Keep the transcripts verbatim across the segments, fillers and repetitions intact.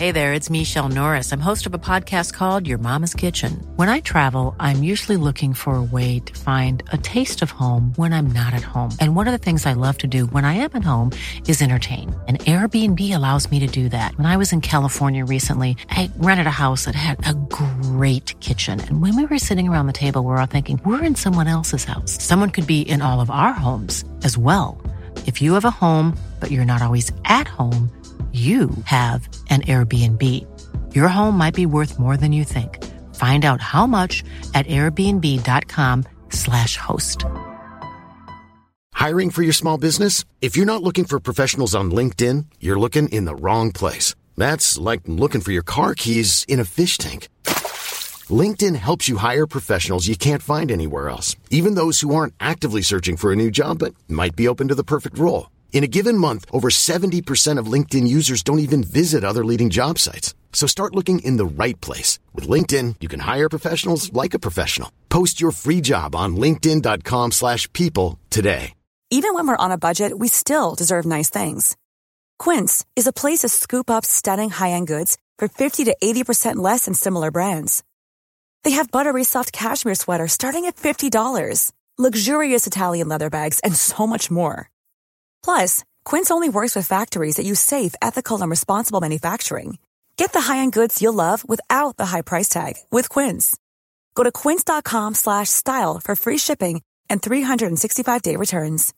Hey there, it's Michelle Norris. I'm host of a podcast called Your Mama's Kitchen. When I travel, I'm usually looking for a way to find a taste of home when I'm not at home. And one of the things I love to do when I am at home is entertain. And Airbnb allows me to do that. When I was in California recently, I rented a house that had a great kitchen. And when we were sitting around the table, we were all thinking, we're in someone else's house. Someone could be in all of our homes as well. If you have a home, but you're not always at home, you have an Airbnb. Your home might be worth more than you think. Find out how much at airbnb.com slash host. Hiring for your small business? If you're not looking for professionals on LinkedIn, you're looking in the wrong place. That's like looking for your car keys in a fish tank. LinkedIn helps you hire professionals you can't find anywhere else, even those who aren't actively searching for a new job but might be open to the perfect role. In a given month, over seventy percent of LinkedIn users don't even visit other leading job sites. So start looking in the right place. With LinkedIn, you can hire professionals like a professional. Post your free job on linkedin.com slash people today. Even when we're on a budget, we still deserve nice things. Quince is a place to scoop up stunning high-end goods for fifty to eighty percent less than similar brands. They have buttery soft cashmere sweaters starting at fifty dollars, luxurious Italian leather bags, and so much more. Plus, Quince only works with factories that use safe, ethical, and responsible manufacturing. Get the high-end goods you'll love without the high price tag with Quince. Go to quince.com slash style for free shipping and three sixty-five day returns.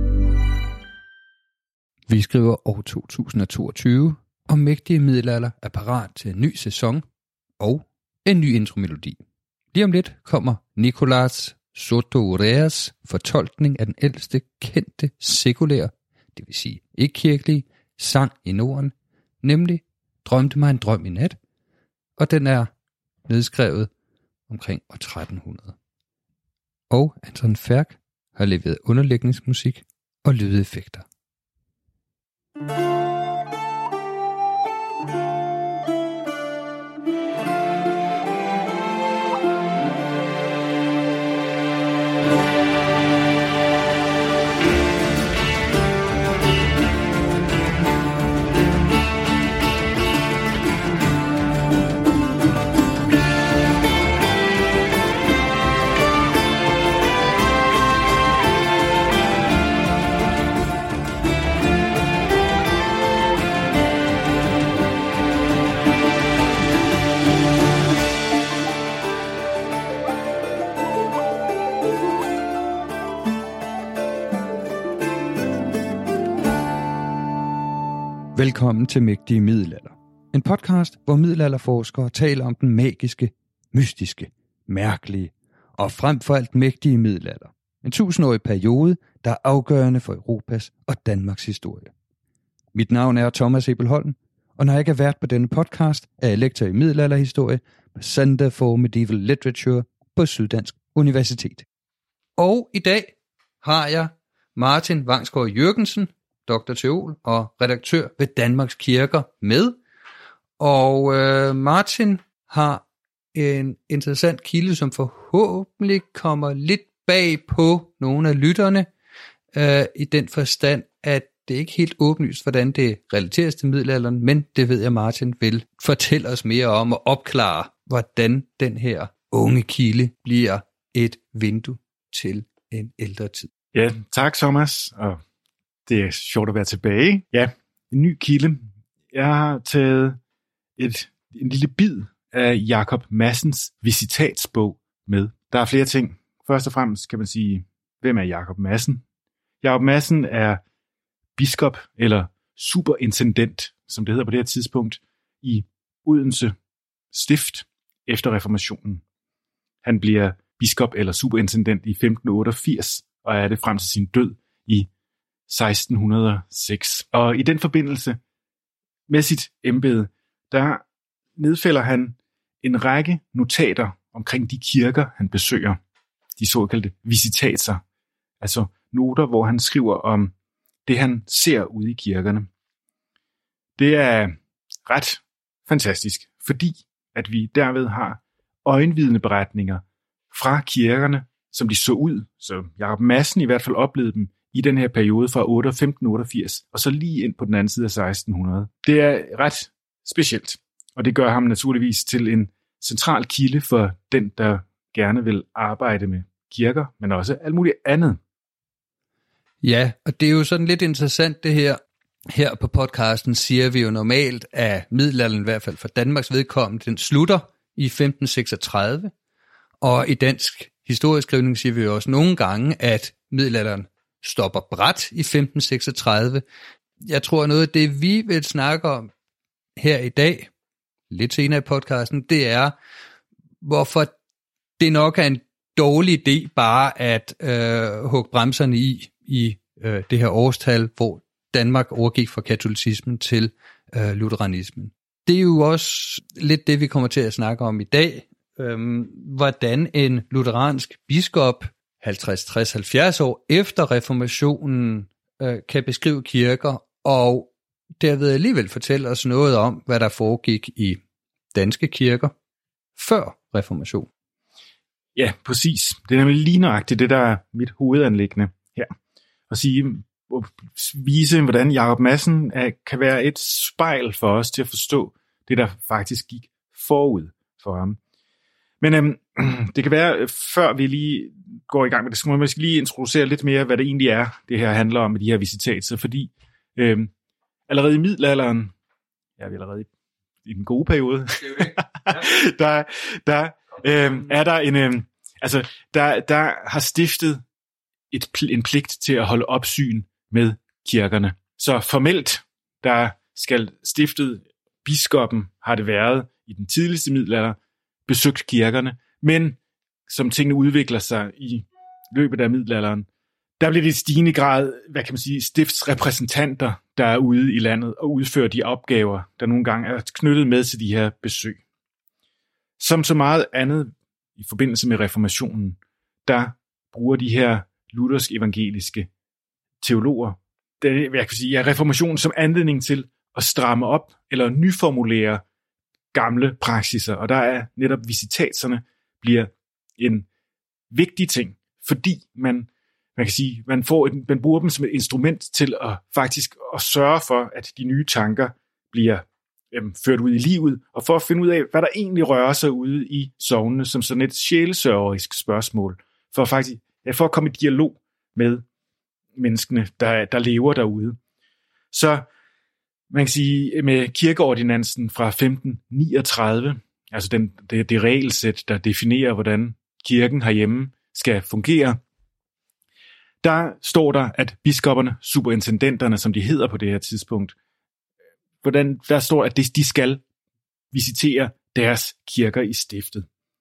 Vi skriver år to tusind toogtyve, og Mægtige Middelalder er parat til en ny sæson og en ny intromelodi. Lige om lidt kommer Nicolás Soto-Urreas fortolkning af den ældste kendte sekulære, det vil sige ikke kirkelige, sang i Norden, nemlig Drømte mig en drøm i nat, og den er nedskrevet omkring år tretten hundrede. Og Anton Færk har leveret underlægningsmusik og lydeffekter. Velkommen til Mægtige Middelalder. En podcast, hvor middelalderforskere taler om den magiske, mystiske, mærkelige og frem for alt mægtige middelalder. En tusindårig periode, der er afgørende for Europas og Danmarks historie. Mit navn er Thomas Ebelholm, og når jeg ikke er vært på denne podcast, er jeg lektor i middelalderhistorie på Center for Medieval Literature på Syddansk Universitet. Og i dag har jeg Martin Vangsgaard Jürgensen, doktor teol og redaktør ved Danmarks Kirker med. Og øh, Martin har en interessant kilde, som forhåbentlig kommer lidt bag på nogle af lytterne, øh, i den forstand, at det ikke er helt åbenlyst, hvordan det relateres til middelalderen, men det ved jeg, Martin vil fortælle os mere om og opklare, hvordan den her unge kilde bliver et vindue til en ældre tid. Ja, tak Thomas, og det er sjovt at være tilbage. Ja, en ny kilde. Jeg har taget et, en lille bid af Jakob Madsens visitatsbog med. Der er flere ting. Først og fremmest kan man sige, hvem er Jakob Madsen? Jakob Madsen er biskop eller superintendent, som det hedder på det her tidspunkt, i Odense Stift efter reformationen. Han bliver biskop eller superintendent i femten otteogfirs og er det frem til sin død i seksten hundrede og seks. Og i den forbindelse med sit embede, der nedfælder han en række notater omkring de kirker, han besøger. De såkaldte visitater. Altså noter, hvor han skriver om det, han ser ude i kirkerne. Det er ret fantastisk, fordi at vi derved har øjenvidende beretninger fra kirkerne, som de så ud. Så Jakob Madsen i hvert fald oplevede dem i den her periode fra femten otteogfirs, og så lige ind på den anden side af seksten hundrede. Det er ret specielt. Og det gør ham naturligvis til en central kilde for den, der gerne vil arbejde med kirker, men også alt muligt andet. Ja, og det er jo sådan lidt interessant det her. Her på podcasten siger vi jo normalt, at middelalderen, i hvert fald for Danmarks vedkommende, den slutter i femten seksogtredive. Og i dansk historieskrivning siger vi jo også nogle gange, at middelalderen stopper brat i femten seksogtredive. Jeg tror, noget af det, vi vil snakke om her i dag, lidt senere i podcasten, det er, hvorfor det nok er en dårlig idé bare at øh, hugge bremserne i, i øh, det her årstal, hvor Danmark overgik fra katolicismen til øh, lutheranismen. Det er jo også lidt det, vi kommer til at snakke om i dag. Øhm, hvordan en lutheransk biskop halvtreds, tres, halvfjerds år efter reformationen øh, kan beskrive kirker, og derved alligevel fortælle os noget om, hvad der foregik i danske kirker før reformation. Ja, præcis. Det er nemlig lige nøjagtigt det, der er mit hovedanliggende her. At sige, at vise, hvordan Jacob Madsen er, kan være et spejl for os til at forstå det, der faktisk gik forud for ham. Men øhm, det kan være, før vi lige går i gang med det, så må man lige introducere lidt mere, hvad det egentlig er, det her handler om med de her visitater, fordi øhm, allerede i middelalderen, ja, vi er allerede i den gode periode, det det. Ja. der, der øhm, er der en, øhm, altså, der, der har stiftet et, en pligt til at holde opsyn med kirkerne. Så formelt, der skal stiftet, biskoppen har det været i den tidligste middelalder, besøgt kirkerne, men som tingene udvikler sig i løbet af middelalderen, der bliver det i stigende grad, hvad kan man sige, stiftsrepræsentanter, der er ude i landet og udfører de opgaver, der nogle gange er knyttet med til de her besøg. Som så meget andet i forbindelse med reformationen, der bruger de her luthersk evangeliske teologer, det, hvad jeg kan sige, ja, reformationen som anledning til at stramme op eller nyformulere gamle praksiser, og der er netop visitatserne bliver en vigtig ting, fordi man, man kan sige, man, får et, man bruger dem som et instrument til at faktisk at sørge for, at de nye tanker bliver øhm, ført ud i livet, og for at finde ud af, hvad der egentlig rører sig ude i sognene, som sådan et sjælesørgerisk spørgsmål, for at faktisk, ja, for at komme i dialog med menneskene, der, der lever derude. Så man kan sige, med kirkeordinansen fra femten niogtredive, altså den, det, det regelsæt, der definerer, hvordan kirken herhjemme skal fungere, der står der, at biskopperne, superintendenterne, som de hedder på det her tidspunkt, hvordan, der står, at de skal visitere deres kirker i stiftet.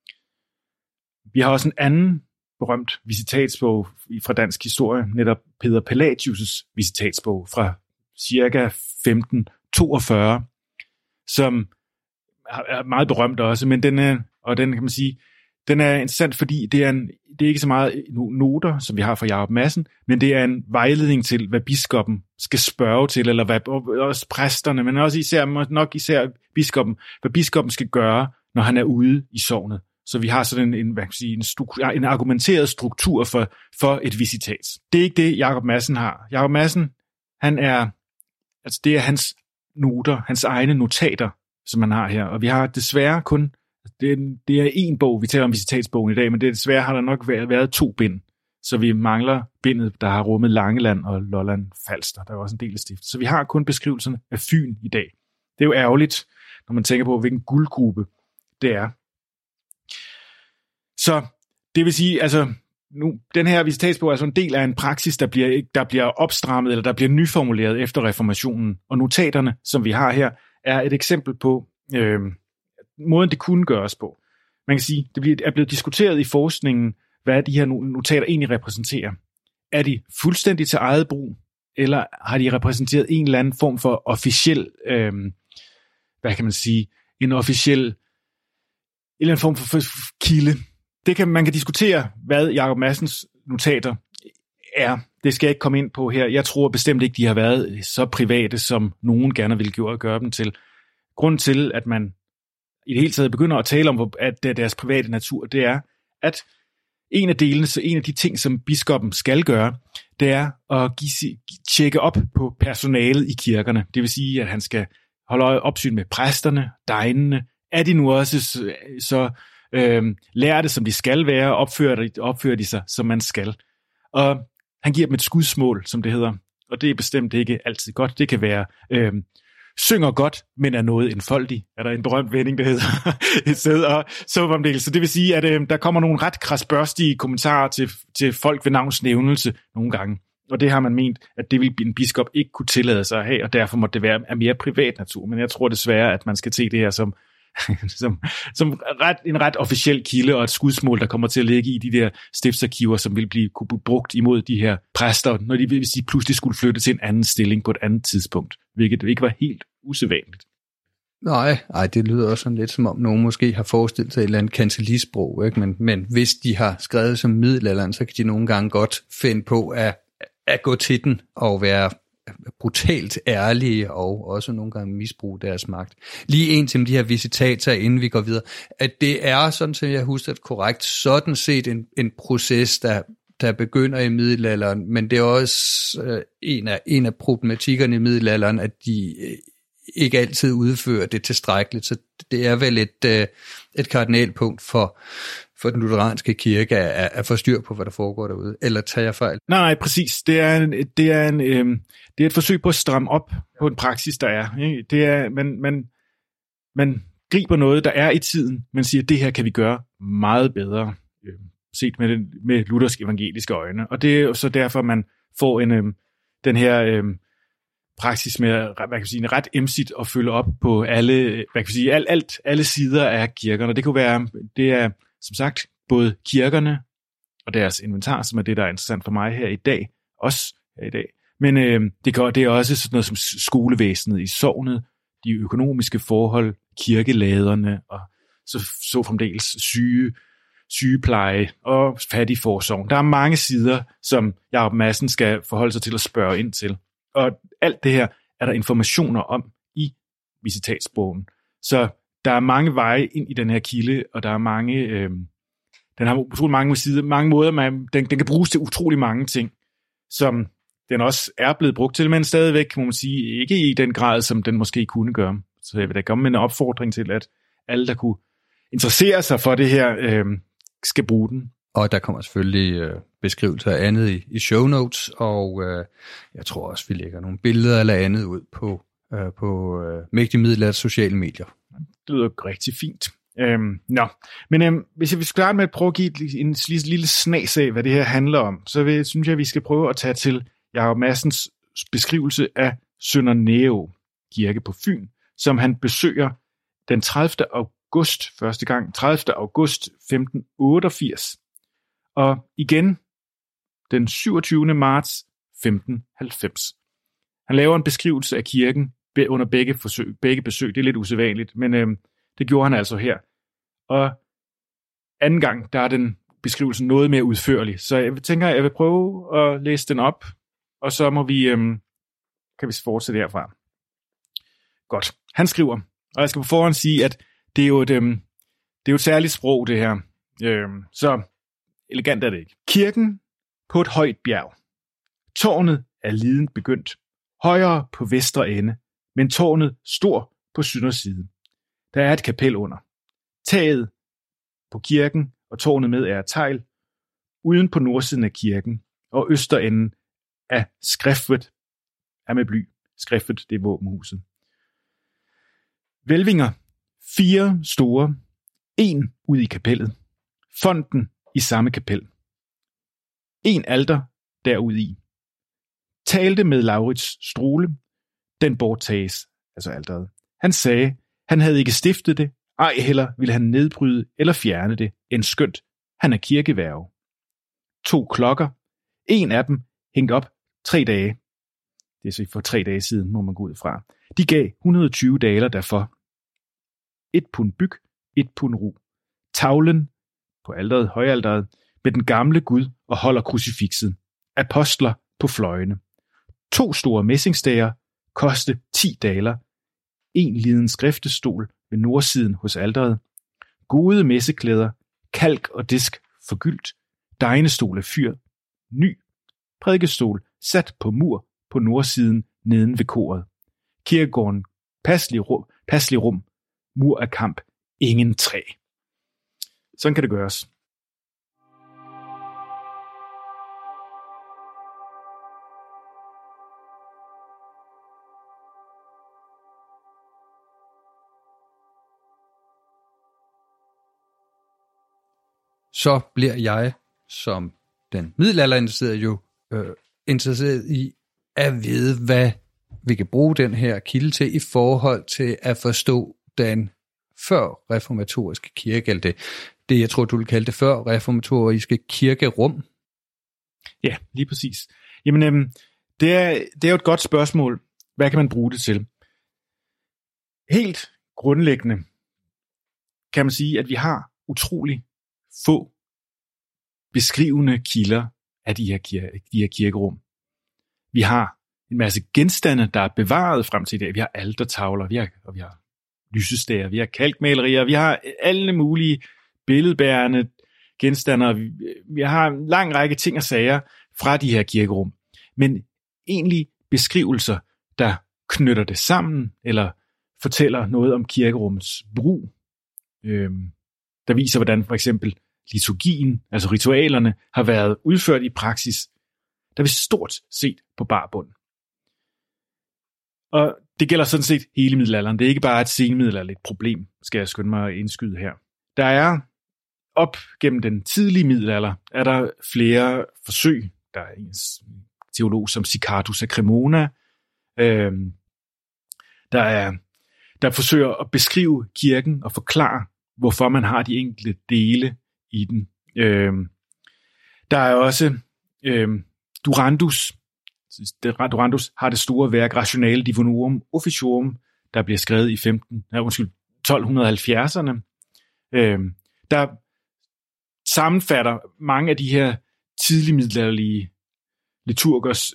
Vi har også en anden berømt visitatsbog fra dansk historie, netop Peder Pelagius' visitatsbog fra cirka femten toogfyrre, som er meget berømt også, men den er, og den kan man sige, den er interessant, fordi det er, en, det er ikke så meget noter, som vi har fra Jacob Madsen, men det er en vejledning til, hvad biskoppen skal spørge til, eller hvad, også præsterne, men også især, nok især biskoppen, hvad biskoppen skal gøre, når han er ude i sognet. Så vi har sådan en, en, hvad kan man sige, en, struktur, en argumenteret struktur for, for et visitat. Det er ikke det, Jacob Madsen har. Jacob Madsen, han er, altså det er hans noter, hans egne notater, som man har her, og vi har desværre kun, det er, det er en bog, vi taler om visitatsbogen i dag, men det desværre har der nok været, været to bind, så vi mangler bindet, der har rummet Langeland og Lolland Falster, der er også en del af stiftet. Så vi har kun beskrivelserne af Fyn i dag. Det er jo ærgerligt, når man tænker på, hvilken guldgruppe det er. Så det vil sige, altså nu, den her visitatsbog er så en del af en praksis, der bliver, der bliver opstrammet, eller der bliver nyformuleret efter reformationen, og notaterne, som vi har her, er et eksempel på øh, måden, det kunne gøres på. Man kan sige, det er blevet diskuteret i forskningen, hvad de her notater egentlig repræsenterer. Er de fuldstændig til eget brug, eller har de repræsenteret en eller anden form for officiel, øh, hvad kan man sige, en officiel, en eller anden form for kilde. Det kan, man kan diskutere, hvad Jacob Madsens notater er. Det skal jeg ikke komme ind på her. Jeg tror bestemt ikke, de har været så private, som nogen gerne vil gøre, gøre dem til. Grunden til, at man i det hele taget begynder at tale om, at det er deres private natur, det er, at en af delene, så en af de ting, som biskoppen skal gøre, det er at give, tjekke op på personalet i kirkerne. Det vil sige, at han skal holder opsyn med præsterne, degnene. Er de nu også så, så øh, lærte, som de skal være, opfører de, opfører de sig, som man skal. Og han giver dem et skudsmål, som det hedder, og det er bestemt ikke altid godt. Det kan være, øh, synger godt, men er noget enfoldig. Er der en berømt vending, der hedder et sted, og så fremdeles. Så det vil sige, at øh, der kommer nogle ret krasbørstige kommentarer til, til folk ved navns nævnelse nogle gange. Og det har man ment, at det ville en biskop ikke kunne tillade sig at have, og derfor måtte det være af mere privat natur. Men jeg tror desværre, at man skal se det her som, som, som ret, en ret officiel kilde og et skudsmål, der kommer til at ligge i de der stiftsarkiver, som vil blive, kunne blive brugt imod de her præster, når de, hvis de pludselig skulle flytte til en anden stilling på et andet tidspunkt, hvilket ikke var helt usædvanligt. Nej, ej, det lyder også sådan lidt som om nogen måske har forestillet sig et eller andet kancellisprog, ikke? Men, men hvis de har skrevet som middelalderen, så kan de nogle gange godt finde på at, at gå til den og være brutalt ærlige og også nogle gange misbruge deres magt. Lige en til de her visitater, inden vi går videre, at det er, sådan som jeg husker det korrekt, sådan set en, en proces, der, der begynder i middelalderen, men det er også øh, en, af, en af problematikkerne i middelalderen, at de øh, ikke altid udfører det tilstrækkeligt, så det er vel et, øh, et kardinalpunkt for, for den lutheranske kirke at, at få styr på, hvad der foregår derude, eller tager jeg fejl? Nej, nej, præcis. Det er, en, det, er en, øh, det er et forsøg på at stramme op på en praksis, der er. Ikke? Det er man, man, man griber noget, der er i tiden, men siger, at det her kan vi gøre meget bedre, øh, set med, den, med luthersk evangeliske øjne. Og det er så derfor, man får en, øh, den her øh, praksis med hvad kan man sige, ret emsigt at følge op på alle, hvad kan man sige, alt, alt, alle sider af kirkerne. Det kunne være, det er som sagt både kirkerne og deres inventar, som er det, der er interessant for mig her i dag, også her i dag. Men øh, det, gør, det er også sådan noget som skolevæsenet i sognet, de økonomiske forhold, kirkeladerne og så, så fremdeles syge, sygepleje og fattigforsorg. Der er mange sider, som Jacob Madsen skal forholde sig til at spørge ind til. Og alt det her er der informationer om i visitatsbogen. Så der er mange veje ind i den her kilde, og der er mange, øh, den har utrolig mange sider, mange måder, man, den, den kan bruges til utrolig mange ting, som den også er blevet brugt til, men stadigvæk, må man sige, ikke i den grad, som den måske kunne gøre. Så jeg vil da komme med en opfordring til, at alle, der kunne interessere sig for det her, øh, skal bruge den. Og der kommer selvfølgelig øh, beskrivelser af andet i, i show notes, og øh, jeg tror også, vi lægger nogle billeder eller andet ud på, øh, på øh, Mægtig Middelalders sociale medier. Det lyder rigtig fint. Øhm, nå. Men øhm, hvis jeg vil starte med at prøve at give en, en lille snas af, hvad det her handler om, så vil, synes jeg, at vi skal prøve at tage til Jacob Madsens beskrivelse af Sønder Næo Kirke på Fyn, som han besøger den tredivte august, første gang, tredivte august femten otteogfirs, og igen den syvogtyvende marts femten halvfems. Han laver en beskrivelse af kirken under begge, forsøg, begge besøg. Det er lidt usædvanligt, men øh, det gjorde han altså her. Og anden gang, der er den beskrivelse noget mere udførlig. Så jeg tænker, jeg vil prøve at læse den op, og så må vi, øh, kan vi fortsætte herfra. Godt. Han skriver, og jeg skal på forhånd sige, at det er jo et, øh, det er jo et særligt sprog, det her. Øh, så elegant er det ikke. Kirken på et højt bjerg. Tårnet er lident begyndt. Højere på vestre ende, men tårnet stor på sønderside. Der er et kapel under. Taget på kirken og tårnet med er tegl. Uden på nordsiden af kirken og østerenden af skriftet er med bly. Skriftet, det er våbenhuset. Hvælvinger. Fire store. En ud i kapellet. Fonten i samme kapel. En alter derud i. Talte med Laurits Strole. Den borttages, altså alteret. Han sagde, han havde ikke stiftet det, ej heller ville han nedbryde eller fjerne det, end skønt. Han er kirkeværge. To klokker. En af dem hængt op tre dage. Det er så for tre dage siden, må man gå ud fra. De gav et hundrede og tyve daler derfor. Et pund byg, et pund ru. Tavlen på alteret, højalteret, med den gamle Gud og holder krucifixet. Apostler på fløjene. To store messingstager koste ti daler. En liden skriftestol ved nordsiden hos alteret. Gode messeklæder, kalk og disk forgyldt. Degnestol af fyr. Ny. Prædikestol sat på mur på nordsiden neden ved koret. Kirkegården passelig rum, passelig rum, mur af kamp, ingen træ. Sådan kan det gøres. Så bliver jeg som den middelalderinteresserede jo øh, interesseret i at vide, hvad vi kan bruge den her kilde til i forhold til at forstå den før-reformatoriske kirke, eller det, det jeg tror, du vil kalde det før-reformatoriske kirkerum. Ja, lige præcis. Jamen, øhm, det, er, det er jo et godt spørgsmål. Hvad kan man bruge det til? Helt grundlæggende kan man sige, at vi har utrolig få beskrivende kilder af de her, kir- de her kirkerum. Vi har en masse genstande, der er bevaret frem til i dag. Vi har altertavler, vi har, og vi har lysestager, vi har kalkmalerier, vi har alle mulige billedbærende genstande, vi, vi har en lang række ting og sager fra de her kirkerum. Men egentlig beskrivelser, der knytter det sammen, eller fortæller noget om kirkerummets brug, øhm, der viser, hvordan for eksempel liturgien, altså ritualerne, har været udført i praksis, der vi stort set på bar bund. Og det gælder sådan set hele middelalderen. Det er ikke bare et senmiddelalderligt problem, skal jeg skynde mig at indskyde her. Der er op gennem den tidlige middelalder, er der flere forsøg. Der er en teolog som Sicardus af Cremona, øh, der, er, der forsøger at beskrive kirken og forklare, hvorfor man har de enkelte dele i den. Øh, der er også øh, Durandus. Durandus har det store værk Rationale Divinorum Officiorum, der bliver skrevet i femten, ja, undskyld, tolv halvfjerdserne. Øh, der sammenfatter mange af de her tidlig middelalderlige liturgers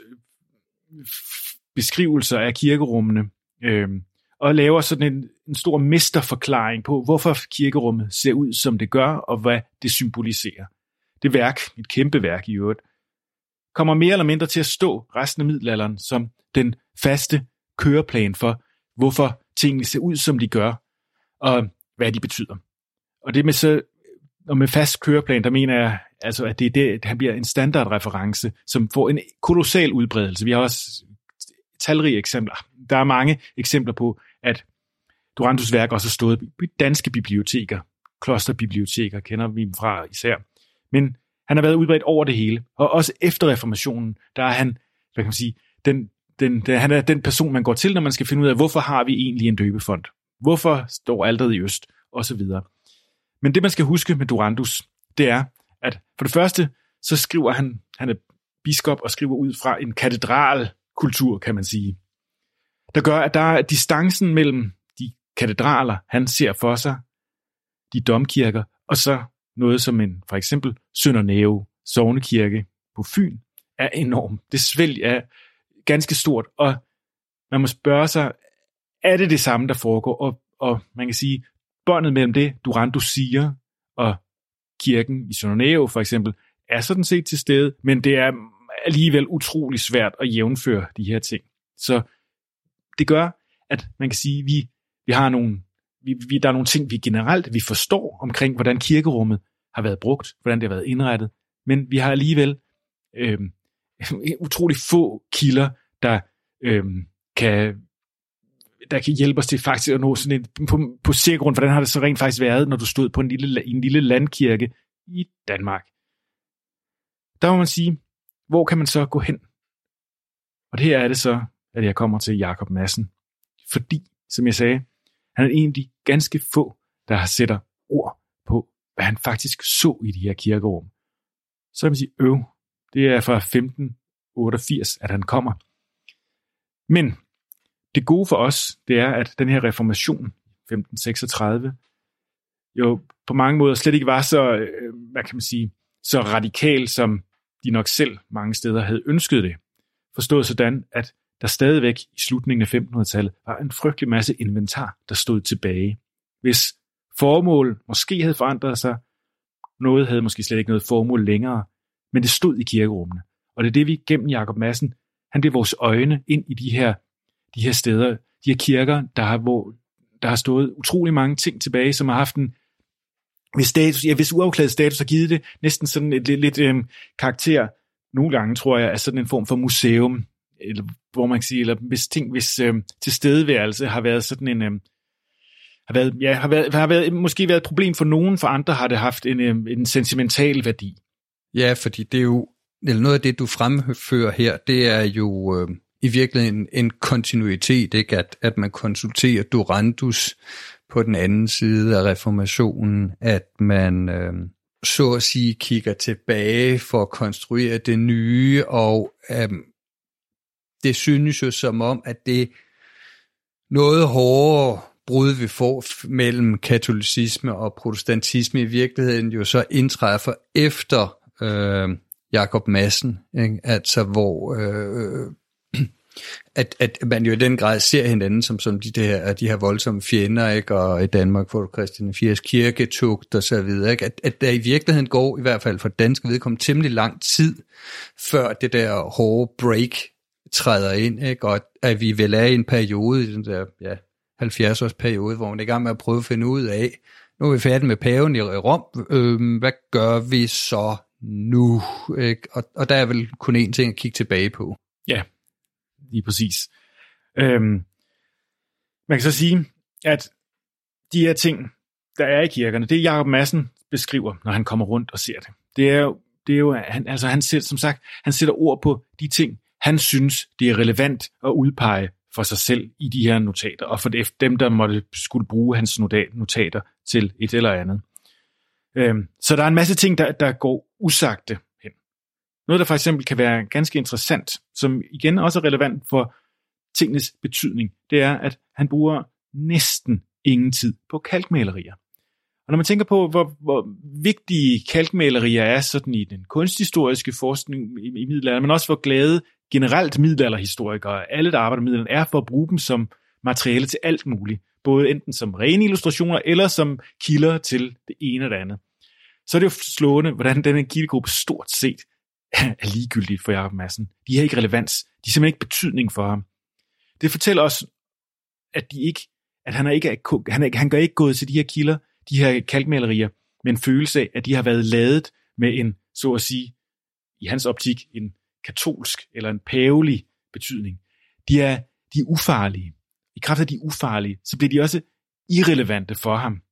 beskrivelser af kirkerummene, øh, og laver sådan en, en stor mesterforklaring på, hvorfor kirkerummet ser ud, som det gør, og hvad det symboliserer. Det værk, et kæmpe værk i øvrigt, kommer mere eller mindre til at stå resten af middelalderen som den faste køreplan for, hvorfor tingene ser ud, som de gør, og hvad de betyder. Og det med så, og med fast køreplan, der mener jeg, altså, at det er det, han bliver en standardreference, som får en kolossal udbredelse. Vi har også talrige eksempler. Der er mange eksempler på, at Durandus' værk også har stået i danske biblioteker, klosterbiblioteker, kender vi dem fra især. Men han har været udbredt over det hele, og også efter reformationen, der er han, hvad kan man sige, den, den, den, han er den person, man går til, når man skal finde ud af, hvorfor har vi egentlig en døbefont? Hvorfor står alteret i øst? Og så videre. Men det, man skal huske med Durandus, det er, at for det første, så skriver han, han er biskop og skriver ud fra en katedralkultur, kan man sige. Der gør, at der er distancen mellem de katedraler, han ser for sig, de domkirker, og så noget som en, for eksempel, Sønder Næve sognekirke på Fyn, er enorm. Det svælg er ganske stort, og man må spørge sig, er det det samme, der foregår? Og, og man kan sige, båndet mellem det, Durandus siger, og kirken i Sønder Næve for eksempel, er sådan set til stede, men det er alligevel utrolig svært at jævnføre de her ting. Så det gør, at man kan sige, at vi, vi har nogle, vi, vi, der er nogle ting, vi generelt vi forstår omkring, hvordan kirkerummet har været brugt, hvordan det har været indrettet, men vi har alligevel øh, utrolig få kilder, der øh, kan der kan hjælpe os til faktisk at nå sådan en, på, på cirkelgrund, hvordan har det så rent faktisk været, når du stod på en lille, en lille landkirke i Danmark. Der må man sige, hvor kan man så gå hen? Og det her er det så, at jeg kommer til Jacob Madsen. Fordi, som jeg sagde, han er en af de ganske få, der sætter ord på, hvad han faktisk så i de her kirkerum. Så kan man sige, øv, det er fra femten otteogfirs, at han kommer. Men det gode for os, det er, at den her reformation, femten seksogtredive, jo på mange måder slet ikke var så, hvad kan man sige, så radikal, som de nok selv mange steder havde ønsket det. Forstået sådan, at der stadigvæk i slutningen af femtenhundredetallet var en frygtelig masse inventar, der stod tilbage. Hvis formål måske havde forandret sig, noget havde måske slet ikke noget formål længere, men det stod i kirkerummene. Og det er det, vi gennem Jacob Madsen, han bliver vores øjne ind i de her, de her steder, de her kirker, der har, hvor der har stået utrolig mange ting tilbage, som har haft en hvis status, ja, hvis uafklaret status har givet det næsten sådan et lidt, lidt øhm, karakter, nogle gange tror jeg, er sådan en form for museum, eller hvor man kan sige, eller hvis ting, hvis øhm, tilstedeværelse har været sådan en, øhm, har været, ja, har været, har været, måske været et problem for nogen, for andre har det haft en, øhm, en sentimental værdi. Ja, fordi det er jo, eller noget af det, du fremfører her, det er jo øh, i virkeligheden en, en kontinuitet, ikke? At, at man konsulterer Durandus på den anden side af reformationen, at man øh, så at sige kigger tilbage for at konstruere det nye, og øh, det synes jo som om, at det noget hårdere brud, vi får mellem katolicisme og protestantisme, i virkeligheden jo så indtræffer efter øh, Jacob Madsen, ikke? Altså hvor øh, At, at man jo i den grad ser hinanden som, som de, der, de her voldsomme fjender, ikke? Og i Danmark får du Christian den fjerde kirketugt og så videre, ikke? At, at der i virkeligheden går, i hvert fald for danske vedkommende, temmelig lang tid, før det der hårde break træder ind, ikke? Og at vi vel er i en periode, i den der ja, halvfjerds års periode, hvor man er i gang med at prøve at finde ud af, nu er vi færdige med paven i Rom, øh, hvad gør vi så nu? Ikke? Og, og der er vel kun én ting at kigge tilbage på. Ja. Lige præcis. Øhm, man kan så sige, at de her ting, der er i kirkerne, det Jacob Madsen beskriver, når han kommer rundt og ser det. Det er jo, det er jo han, altså han sætter, som sagt, han sætter ord på de ting, han synes, det er relevant at udpege for sig selv i de her notater, og for dem, der måtte skulle bruge hans notater til et eller andet. Øhm, så der er en masse ting, der, der går usagte. Noget, der for eksempel kan være ganske interessant, som igen også er relevant for tingenes betydning, det er, at han bruger næsten ingen tid på kalkmalerier. Og når man tænker på, hvor, hvor vigtige kalkmalerier er sådan i den kunsthistoriske forskning i, i middelalderen, men også hvor glade generelt middelalderhistorikere, alle der arbejder med middelalderen, er for at bruge dem som materiale til alt muligt, både enten som rene illustrationer eller som kilder til det ene eller det andet. Så er det jo slående, hvordan denne kildegruppe stort set er ligegyldigt for Jacob Madsen. De har ikke relevans. De har simpelthen ikke betydning for ham. Det fortæller os, at de ikke, at han er ikke, han, er, han gør ikke gået til de her kilder, de her kalkmalerier, med en følelse af, at de har været ladet med en, så at sige, i hans optik, en katolsk eller en pavelig betydning. De er, de er ufarlige. I kraft af, de er ufarlige, så bliver de også irrelevante for ham.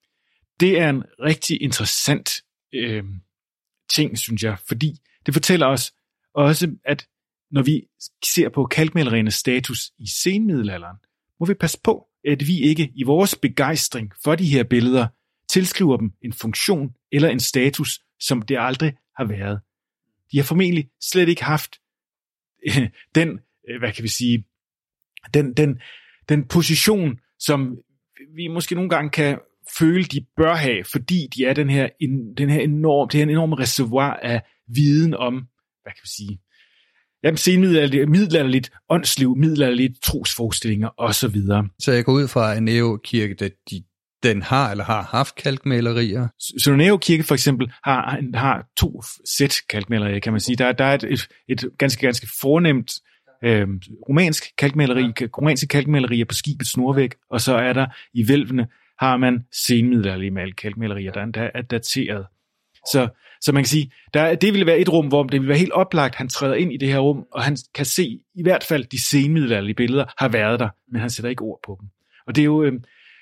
Det er en rigtig interessant øh, ting, synes jeg, fordi det fortæller os også, at når vi ser på kalkmaleriernes status i senmiddelalderen, må vi passe på, at vi ikke i vores begejstring for de her billeder tilskriver dem en funktion eller en status, som det aldrig har været. De har formentlig slet ikke haft øh, den, øh, hvad kan vi sige, den, den, den position, som vi måske nogle gange kan føle, de bør have, fordi de er den her, en, den her enorm, det her enorme reservoir af viden om, hvad kan vi sige, jamen senmiddelalderligt, middelalderligt åndsliv, middelalderligt trosforestillinger osv. Så jeg går ud fra en neokirke, at de, den har eller har haft kalkmalerier. Så en neokirke for eksempel har, har to sæt kalkmalerier, kan man sige. Der, der er et, et, et ganske, ganske fornemt øh, romansk kalkmaleri, romanske kalkmalerier på skibets nordvæg, og så er der i hvælvene har man senmiddelalderlige kalkmalerier, der er dateret. Så, så man kan sige, der, det ville være et rum, hvor det ville være helt oplagt, han træder ind i det her rum, og han kan se, i hvert fald de senmiddelalderlige billeder har været der, men han sætter ikke ord på dem. Og det er jo, øh,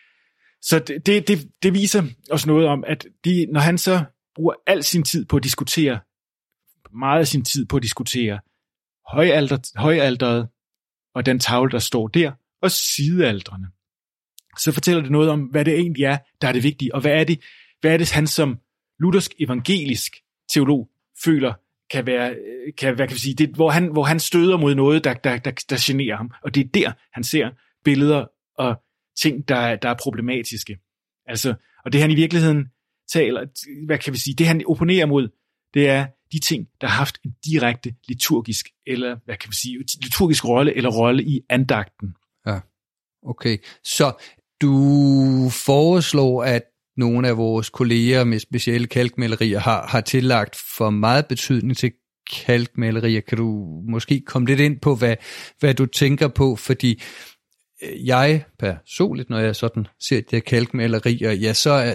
så det, det, det, det viser os noget om, at de, når han så bruger al sin tid på at diskutere, meget af sin tid på at diskutere højalter, højalteret og den tavle, der står der, og sidealtrene, så fortæller det noget om, hvad det egentlig er, der er det vigtige, og hvad er det, hvad er det han som luthersk evangelisk teolog føler kan være, kan, hvad kan vi sige, det, hvor, han, hvor han støder mod noget, der, der, der, der generer ham, og det er der, han ser billeder og ting, der, der er problematiske. Altså, og det han i virkeligheden taler, hvad kan vi sige, det han opponerer mod, det er de ting, der har haft en direkte liturgisk, eller hvad kan vi sige, liturgisk rolle, eller rolle i andagten. Ja, okay. Så du foreslår, at nogle af vores kolleger med specielle kalkmalerier har, har tillagt for meget betydning til kalkmalerier. Kan du måske komme lidt ind på, hvad, hvad du tænker på? Fordi jeg personligt, når jeg sådan ser de her kalkmalerier, ja, så er,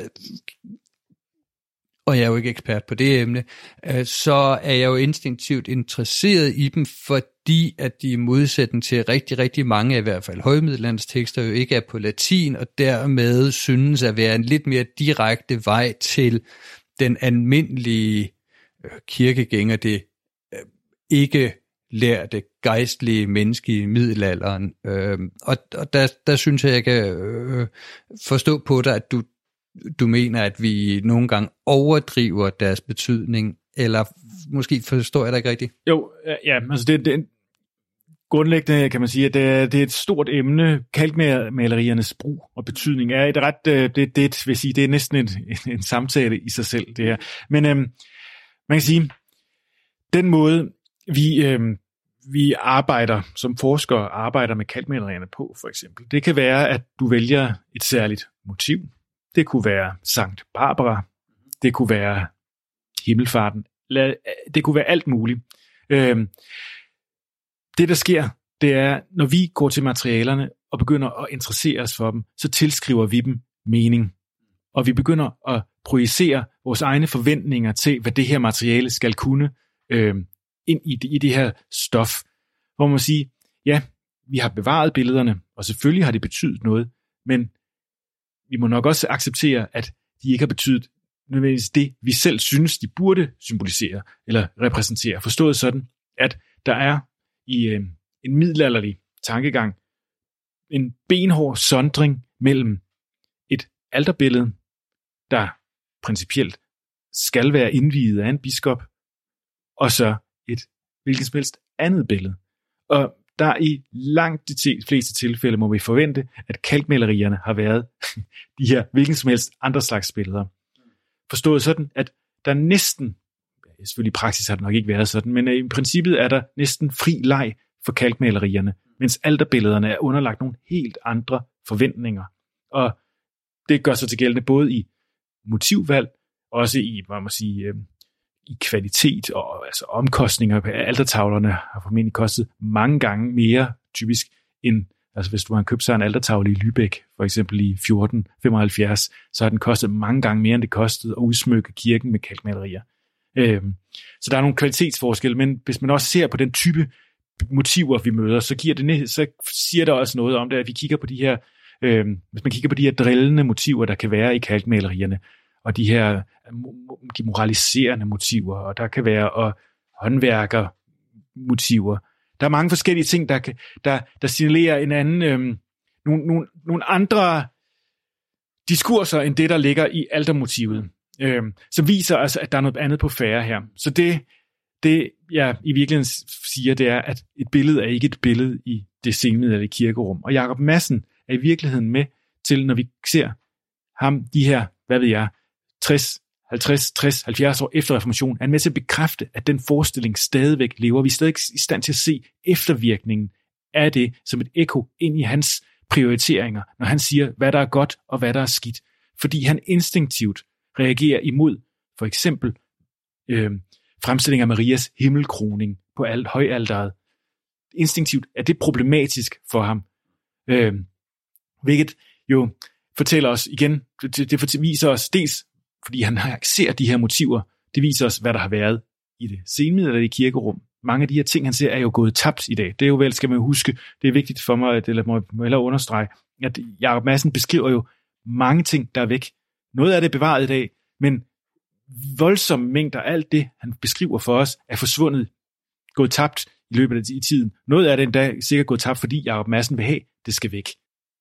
og jeg er jo ikke ekspert på det emne, så er jeg jo instinktivt interesseret i dem, fordi at de i modsætning til rigtig, rigtig mange, i hvert fald højmiddelaldertekster, jo ikke er på latin, og dermed synes at være en lidt mere direkte vej til den almindelige kirkegænger, det ikke lærte gejstlige menneske i middelalderen. Øh, og og der, der synes jeg, jeg kan øh, forstå på dig, at du, du mener, at vi nogle gange overdriver deres betydning, eller måske forstår jeg dig ikke rigtigt? Jo, ja, altså det, det grundlæggende kan man sige, at det, det er et stort emne. Kalkmaleriernes brug og betydning er et ret, det, det vil sige, det er næsten en, en, en samtale i sig selv, det her. Men øhm, man kan sige, den måde, vi, øhm, vi arbejder, som forskere arbejder med kalkmalerierne på, for eksempel, det kan være, at du vælger et særligt motiv. Det kunne være Sankt Barbara, det kunne være Himmelfarten, det kunne være alt muligt. Øhm, det, der sker, det er, når vi går til materialerne og begynder at interessere os for dem, så tilskriver vi dem mening. Og vi begynder at projicere vores egne forventninger til, hvad det her materiale skal kunne øhm, ind i det, i det her stof. Hvor man siger, ja, vi har bevaret billederne, og selvfølgelig har det betydet noget, men vi må nok også acceptere, at de ikke har betydet nødvendigvis det, vi selv synes, de burde symbolisere eller repræsentere. Forstået sådan, at der er i øh, en middelalderlig tankegang en benhård sondring mellem et alterbillede, der principielt skal være indviet af en biskop, og så et hvilket som helst andet billede. Og der i langt de fleste tilfælde må vi forvente, at kalkmalerierne har været de her hvilken som helst andre slags billeder. Forstået sådan, at der næsten, selvfølgelig i praksis har det nok ikke været sådan, men i princippet er der næsten fri leg for kalkmalerierne, mens alterbillederne er underlagt nogle helt andre forventninger. Og det gør sig til gældende både i motivvalg, også i, hvad man sige, øh, i kvalitet og altså omkostninger. Altertavlerne har formentlig kostet mange gange mere typisk end, altså hvis du har købt sig en altertavle i Lübeck, for eksempel i fjorten femoghalvfjerds, så har den kostet mange gange mere end det kostede at udsmykke kirken med kalkmalerier. Øhm, så der er nogle kvalitetsforskelle, men hvis man også ser på den type motiver, vi møder, så, giver det, så siger der også noget om det, at vi kigger på de her, øhm, hvis man kigger på de her drillende motiver, der kan være i kalkmalerierne, og de her de moraliserende motiver, og der kan være og håndværkermotiver. Der er mange forskellige ting, der, kan, der, der signalerer en anden, øhm, nogle, nogle, nogle andre diskurser, end det, der ligger i altermotivet, øhm, som viser altså, at der er noget andet på færre her. Så det, det, jeg i virkeligheden siger, det er, at et billede er ikke et billede i det senmiddelalderlige kirkerum. Og Jacob Madsen er i virkeligheden med til, når vi ser ham, de her, hvad ved jeg, tres, halvtreds, tres, halvfjerds år efter reformationen, er han med til at bekræfte, at den forestilling stadigvæk lever. Vi er stadig i stand til at se eftervirkningen af det som et ekko ind i hans prioriteringer, når han siger, hvad der er godt og hvad der er skidt. Fordi han instinktivt reagerer imod for eksempel øh, fremstilling af Marias himmelkroning på alt højalteret. Instinktivt er det problematisk for ham. Øh, hvilket jo fortæller os igen, det, det viser os dels, fordi han ser de her motiver, det viser os, hvad der har været i det senmiddelalderlige kirkerum. Mange af de her ting, han ser, er jo gået tabt i dag. Det er jo vel, skal man huske, det er vigtigt for mig, eller må jeg hellere understrege, at Jacob Madsen beskriver jo mange ting, der er væk. Noget af det er bevaret i dag, men voldsomme mængder af alt det, han beskriver for os, er forsvundet, gået tabt i løbet af tiden. Noget af det endda sikkert gået tabt, fordi Jacob Madsen vil have, det skal væk.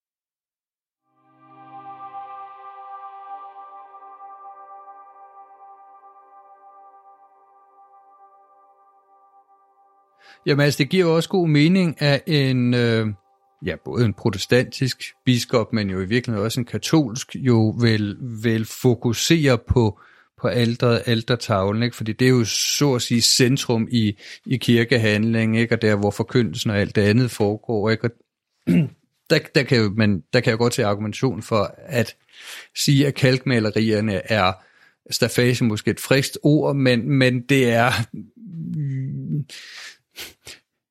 Jamen altså, det giver jo også god mening, at en, øh, ja, både en protestantisk biskop, men jo i virkeligheden også en katolsk, jo vil, vil fokusere på, på alteret, altertavlen, ikke? Fordi det er jo så at sige centrum i, i kirkehandling, ikke? Og der, hvor forkyndelsen og alt det andet foregår, ikke? Og der, der, kan jo, man, der kan jeg godt til argumentation for at sige, at kalkmalerierne er stafage, måske et frist ord, men, men det er...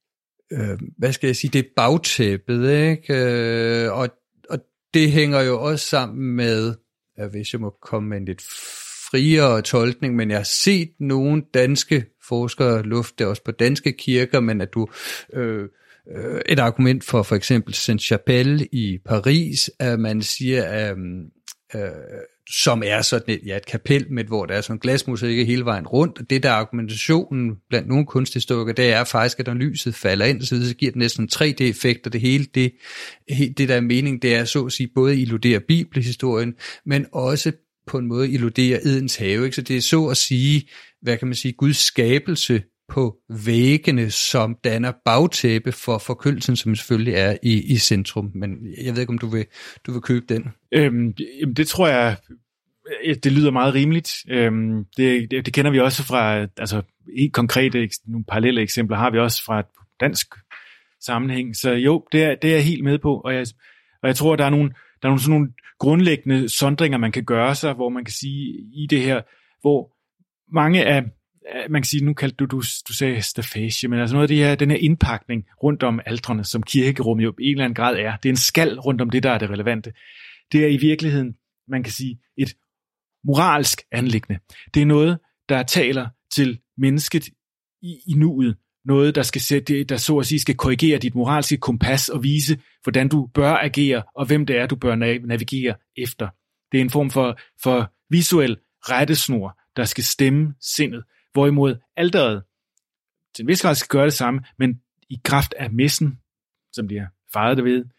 øh, hvad skal jeg sige, det er bagtæppet, ikke? Øh, og, og det hænger jo også sammen med, hvis jeg må komme med en lidt friere tolkning, men jeg har set nogle danske forskere lufte også på danske kirker, men at du øh, øh, et argument for for eksempel Sainte-Chapelle i Paris, at man siger, at øh, som er sådan et, ja, et kapel, med, hvor der er sådan en glasmus ikke hele vejen rundt, og det der argumentationen blandt nogle kunsthistorikere, det er faktisk, at når lyset falder ind, så, så giver det næsten en tre D-effekt, og det hele, det, det der er mening, det er så at sige, både illudere bibelhistorien, men også på en måde illudere Edens have, ikke? Så det er så at sige, hvad kan man sige, Guds skabelse på væggene, som danner bagtæppe for forkyndelsen, som selvfølgelig er i, i centrum. Men jeg ved ikke, om du vil, du vil købe den. Øhm, det tror jeg, det lyder meget rimeligt. Øhm, det, det, det kender vi også fra, altså helt konkrete, nogle parallelle eksempler har vi også fra et dansk sammenhæng. Så jo, det er, det er jeg helt med på, og jeg, og jeg tror, der er nogle, der er nogle sådan nogle grundlæggende sondringer, man kan gøre sig, hvor man kan sige i det her, hvor mange af man kan sige, nu kaldte du, du, du sagde stafage, men altså noget af det her, den her indpakning rundt om altrene, som kirkerummet jo i en eller anden grad er, det er en skal rundt om det, der er det relevante. Det er i virkeligheden, man kan sige, et moralsk anliggende. Det er noget, der taler til mennesket i, i nuet. Noget, der, skal sætte, der så at sige skal korrigere dit moralske kompas og vise, hvordan du bør agere, og hvem det er, du bør navigere efter. Det er en form for, for visuel rettesnor, der skal stemme sindet. Hvorimod alteret til en vis grad skal gøre det samme, men i kraft af messen, som de har fejret det ved,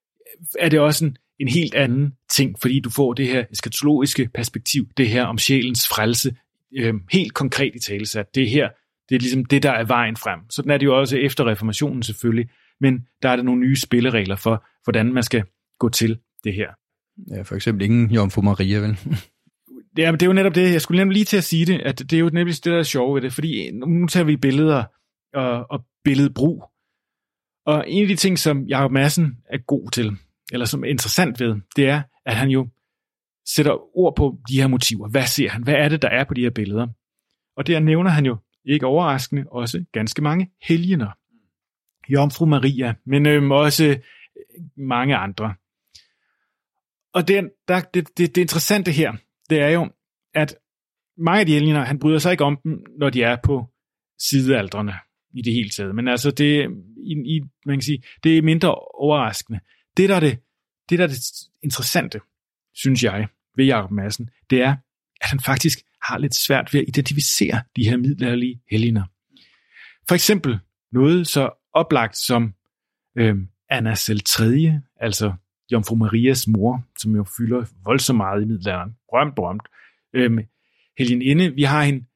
er det også en, en helt anden ting, fordi du får det her eskatologiske perspektiv, det her om sjælens frelse, øh, helt konkret i talesat. Det her, det er ligesom det, der er vejen frem. Sådan er det jo også efter reformationen selvfølgelig, men der er der nogle nye spilleregler for, hvordan man skal gå til det her. Ja, for eksempel ingen Jomfru Maria, vel? Ja, men det er jo netop det, jeg skulle nemlig lige til at sige det, at det er jo nemlig det, der er sjovt ved det, fordi nu tager vi billeder og, og billedbrug. Og en af de ting, som Jacob Madsen er god til, eller som er interessant ved, det er, at han jo sætter ord på de her motiver. Hvad ser han? Hvad er det, der er på de her billeder? Og der nævner han jo, ikke overraskende, også ganske mange helgener. Jomfru Maria, men øhm, også mange andre. Og det, der, det, det, det interessante her, det er jo, at mange af de helgener, han bryder sig ikke om dem, når de er på sidealdrene i det hele taget. Men altså, det, i, i, man kan sige, det er mindre overraskende. Det, der er det, det, der er det interessante, synes jeg, ved Jacob Madsen, det er, at han faktisk har lidt svært ved at identificere de her middelalderlige helgener. For eksempel noget så oplagt som øh, Anna selv tredje, altså Jomfru Marias mor, som jo fylder voldsomt meget i middelalderen. Berømt, berømt. Øhm, helgeninde, vi har hende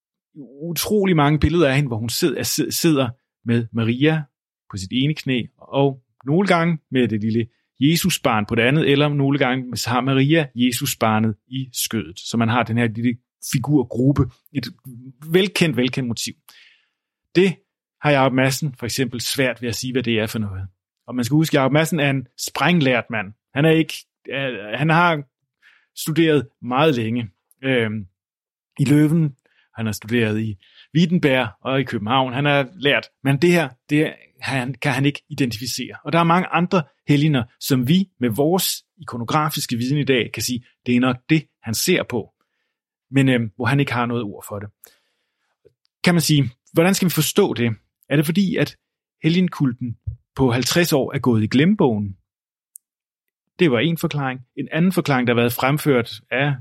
utrolig mange billeder af hende, hvor hun sidder, sidder med Maria på sit ene knæ, og nogle gange med det lille Jesusbarn på det andet, eller nogle gange har Maria Jesusbarnet i skødet. Så man har den her lille figurgruppe, et velkendt, velkendt motiv. Det har Jacob Madsen for eksempel svært ved at sige, hvad det er for noget. Og man skal huske, at Jacob Madsen er en sprænglært mand. Han er ikke, øh, han har studeret meget længe øh, i Løven. Han har studeret i Wittenberg og i København. Han har lært, men det her, det han, kan han ikke identificere. Og der er mange andre helgener, som vi med vores ikonografiske viden i dag kan sige, det er nok det, han ser på. Men øh, hvor han ikke har noget ord for det. Kan man sige, hvordan skal vi forstå det? Er det fordi, at helgenkulten på halvtreds år er gået i glemmebogen? Det var en forklaring. En anden forklaring, der har været fremført af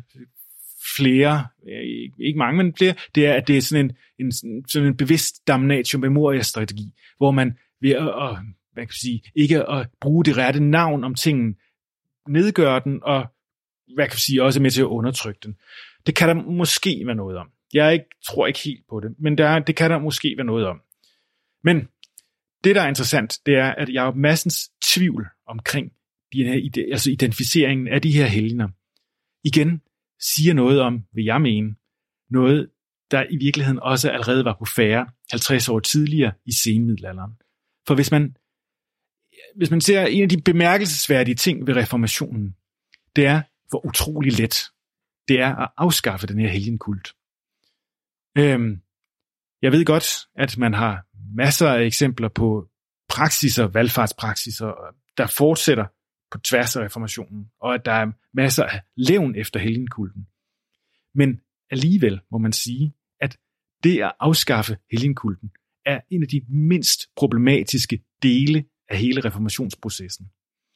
flere, ikke mange, men flere, det er, at det er sådan en, en, sådan en bevidst damnatio memoria-strategi, hvor man ved at, at hvad kan jeg sige, ikke at bruge det rette navn om tingen, nedgøre den, og hvad kan jeg sige, også er med til at undertrykke den. Det kan der måske være noget om. Jeg ikke, tror ikke helt på det, men der, det kan der måske være noget om. Men det, der er interessant, det er, at Jacob Madsens tvivl omkring de her, altså identificeringen af de her helgener, igen siger noget om, vil jeg mene, noget, der i virkeligheden også allerede var på færre halvtreds år tidligere i senmiddelalderen. For hvis man, hvis man ser en af de bemærkelsesværdige ting ved reformationen, det er, hvor utrolig let det er at afskaffe den her helgenkult. Øhm, jeg ved godt, at man har masser af eksempler på praksiser, valgfartspraksiser, der fortsætter på tværs af reformationen, og at der er masser af levn efter helgenkulten. Men alligevel må man sige, at det at afskaffe helgenkulten er en af de mindst problematiske dele af hele reformationsprocessen.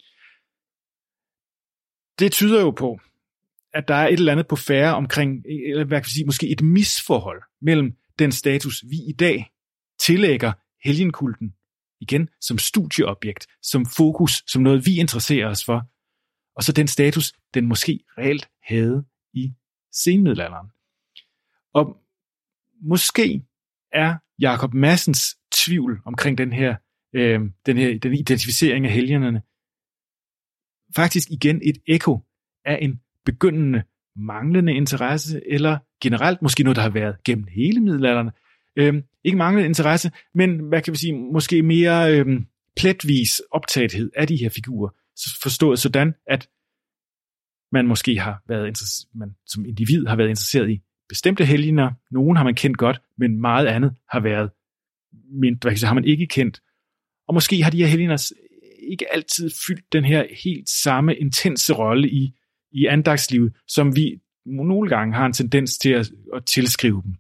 Det tyder jo på, at der er et eller andet på færre omkring, eller hvad kan jeg sige, måske et misforhold mellem den status, vi i dag tillægger helgenkulten, igen som studieobjekt, som fokus, som noget, vi interesserer os for, og så den status, den måske reelt havde i senmiddelalderen. Og måske er Jakob Madsens tvivl omkring den her, øh, den her den identificering af helgenerne faktisk igen et ekko af en begyndende manglende interesse, eller generelt måske noget, der har været gennem hele middelalderen. Øhm, ikke manglende interesse, men hvad kan vi sige, måske mere øhm, pletvis optagethed af de her figurer, forstået sådan, at man måske har været interesse- man som individ har været interesseret i bestemte helgener. Nogen har man kendt godt, men meget andet har været mindre, hvad kan sige, har man ikke kendt. Og måske har de her helgener ikke altid fyldt den her helt samme intense rolle i, i andagslivet, som vi nogle gange har en tendens til at, at tilskrive dem.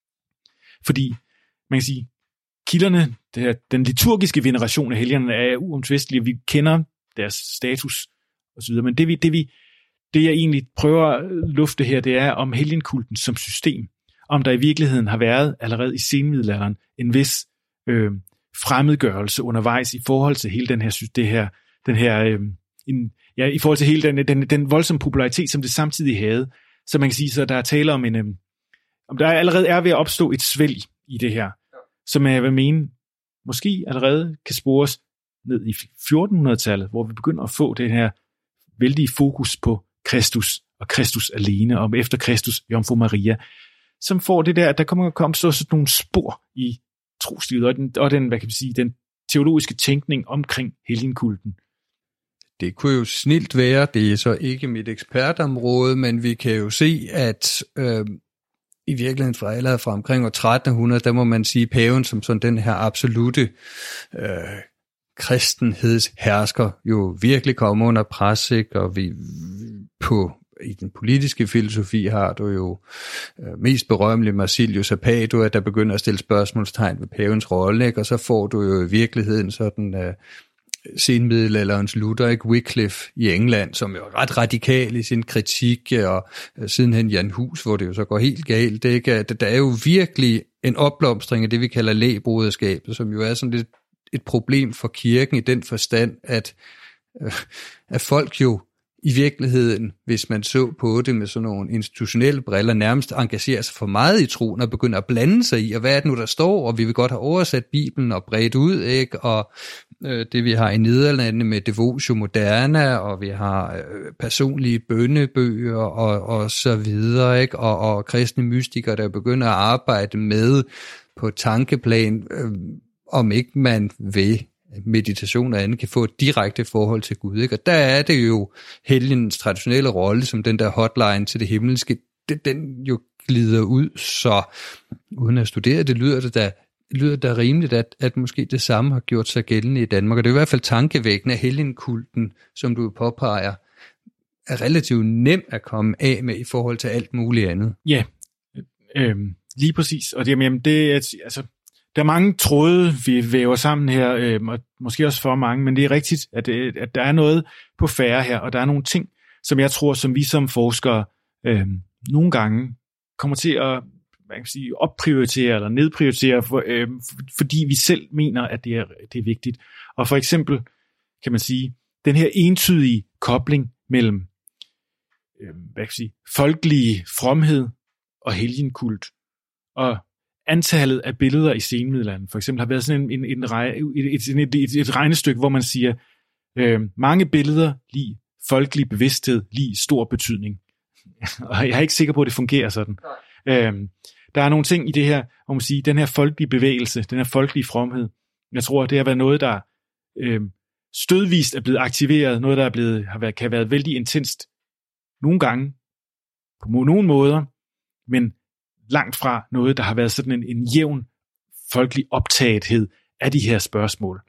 Fordi, man kan sige, kilderne, det her, den liturgiske veneration af helgenerne er uomtvistelige, vi kender deres status osv., men det vi, det vi, det jeg egentlig prøver at lufte her, det er om helgenkulten som system, om der i virkeligheden har været allerede i senmiddelalderen en vis øh, fremmedgørelse undervejs i forhold til hele den her, det her, den her øh, en, ja, i forhold til hele den, den, den voldsomme popularitet, som det samtidig havde. Så man kan sige, så der er tale om en, øh, om der allerede er ved at opstå et svælg i det her, som jeg vil mene, måske allerede kan spores ned i fjortenhundredetallet, hvor vi begynder at få det her vældige fokus på Kristus og Kristus alene, og efter Kristus, Jomfru Maria, som får det der, at der kommer at opstå sådan nogle spor i troslivet, og den, og den, hvad kan man sige, den teologiske tænkning omkring helgenkulten. Det kunne jo snilt være, det er så ikke mit ekspertområde, men vi kan jo se, at øh, i virkeligheden fra allerede fra omkring år tretten hundrede, der må man sige paven som sådan den her absolute øh, kristenhedshersker jo virkelig kommer under pres, ikke? Og vi på i den politiske filosofi har du jo øh, mest berømmelig Marsilius af Padua, der begynder at stille spørgsmålstegn ved pavens rolle, ikke? Og så får du jo i virkeligheden sådan øh, senmiddelalderens Luther, ikke? Wycliffe i England, som jo er ret radikal i sin kritik, og øh, sidenhen Jan Hus, hvor det jo så går helt galt, ikke? Der er jo virkelig en opblomstring af det, vi kalder lægbroderskabet, som jo er sådan lidt et problem for kirken i den forstand, at, øh, at folk jo i virkeligheden, hvis man så på det med sådan nogle institutionelle briller, nærmest engagerer sig for meget i troen og begynder at blande sig i, og hvad er det nu, der står, og vi vil godt have oversat Bibelen og bredt ud, ikke? Og øh, det vi har i Nederlandene med Devotio Moderna, og vi har øh, personlige bønnebøger og, og så videre, ikke? Og, og kristne mystikere, der begynder at arbejde med på tankeplan, øh, om ikke man vil meditation og andet kan få et direkte forhold til Gud, ikke? Og der er det jo helgenens traditionelle rolle som den der hotline til det himmelske, den, den jo glider ud, så uden at studere det, lyder det da, lyder det rimeligt, at, at måske det samme har gjort sig gældende i Danmark, og det er i hvert fald tankevækkende, at helgenkulten, som du påpeger, er relativt nem at komme af med i forhold til alt muligt andet. Ja, øh, lige præcis, og det, jamen, det er, altså der er mange tråde, vi væver sammen her, øh, og måske også for mange, men det er rigtigt, at, at der er noget på færre her, og der er nogle ting, som jeg tror, som vi som forskere øh, nogle gange kommer til at hvad kan man sige, opprioritere eller nedprioritere, for, øh, fordi vi selv mener, at det er, det er vigtigt. Og for eksempel kan man sige, den her entydige kobling mellem øh, hvad kan man sige, folkelig fromhed og helgenkult, og antallet af billeder i senmiddelalderen, for eksempel, har været sådan en, en, en et, et, et, et regnestykke, hvor man siger, øh, mange billeder lige folkelig bevidsthed, lige stor betydning. Og jeg er ikke sikker på, at det fungerer sådan. Øh, der er nogle ting i det her, hvor man siger, den her folkelige bevægelse, den her folkelige fromhed, jeg tror, det har været noget, der øh, stødvist er blevet aktiveret, noget, der er blevet, har været, kan have været vældig intenst nogle gange, på nogle måder, men langt fra noget, der har været sådan en, en jævn folkelig optagethed af de her spørgsmål.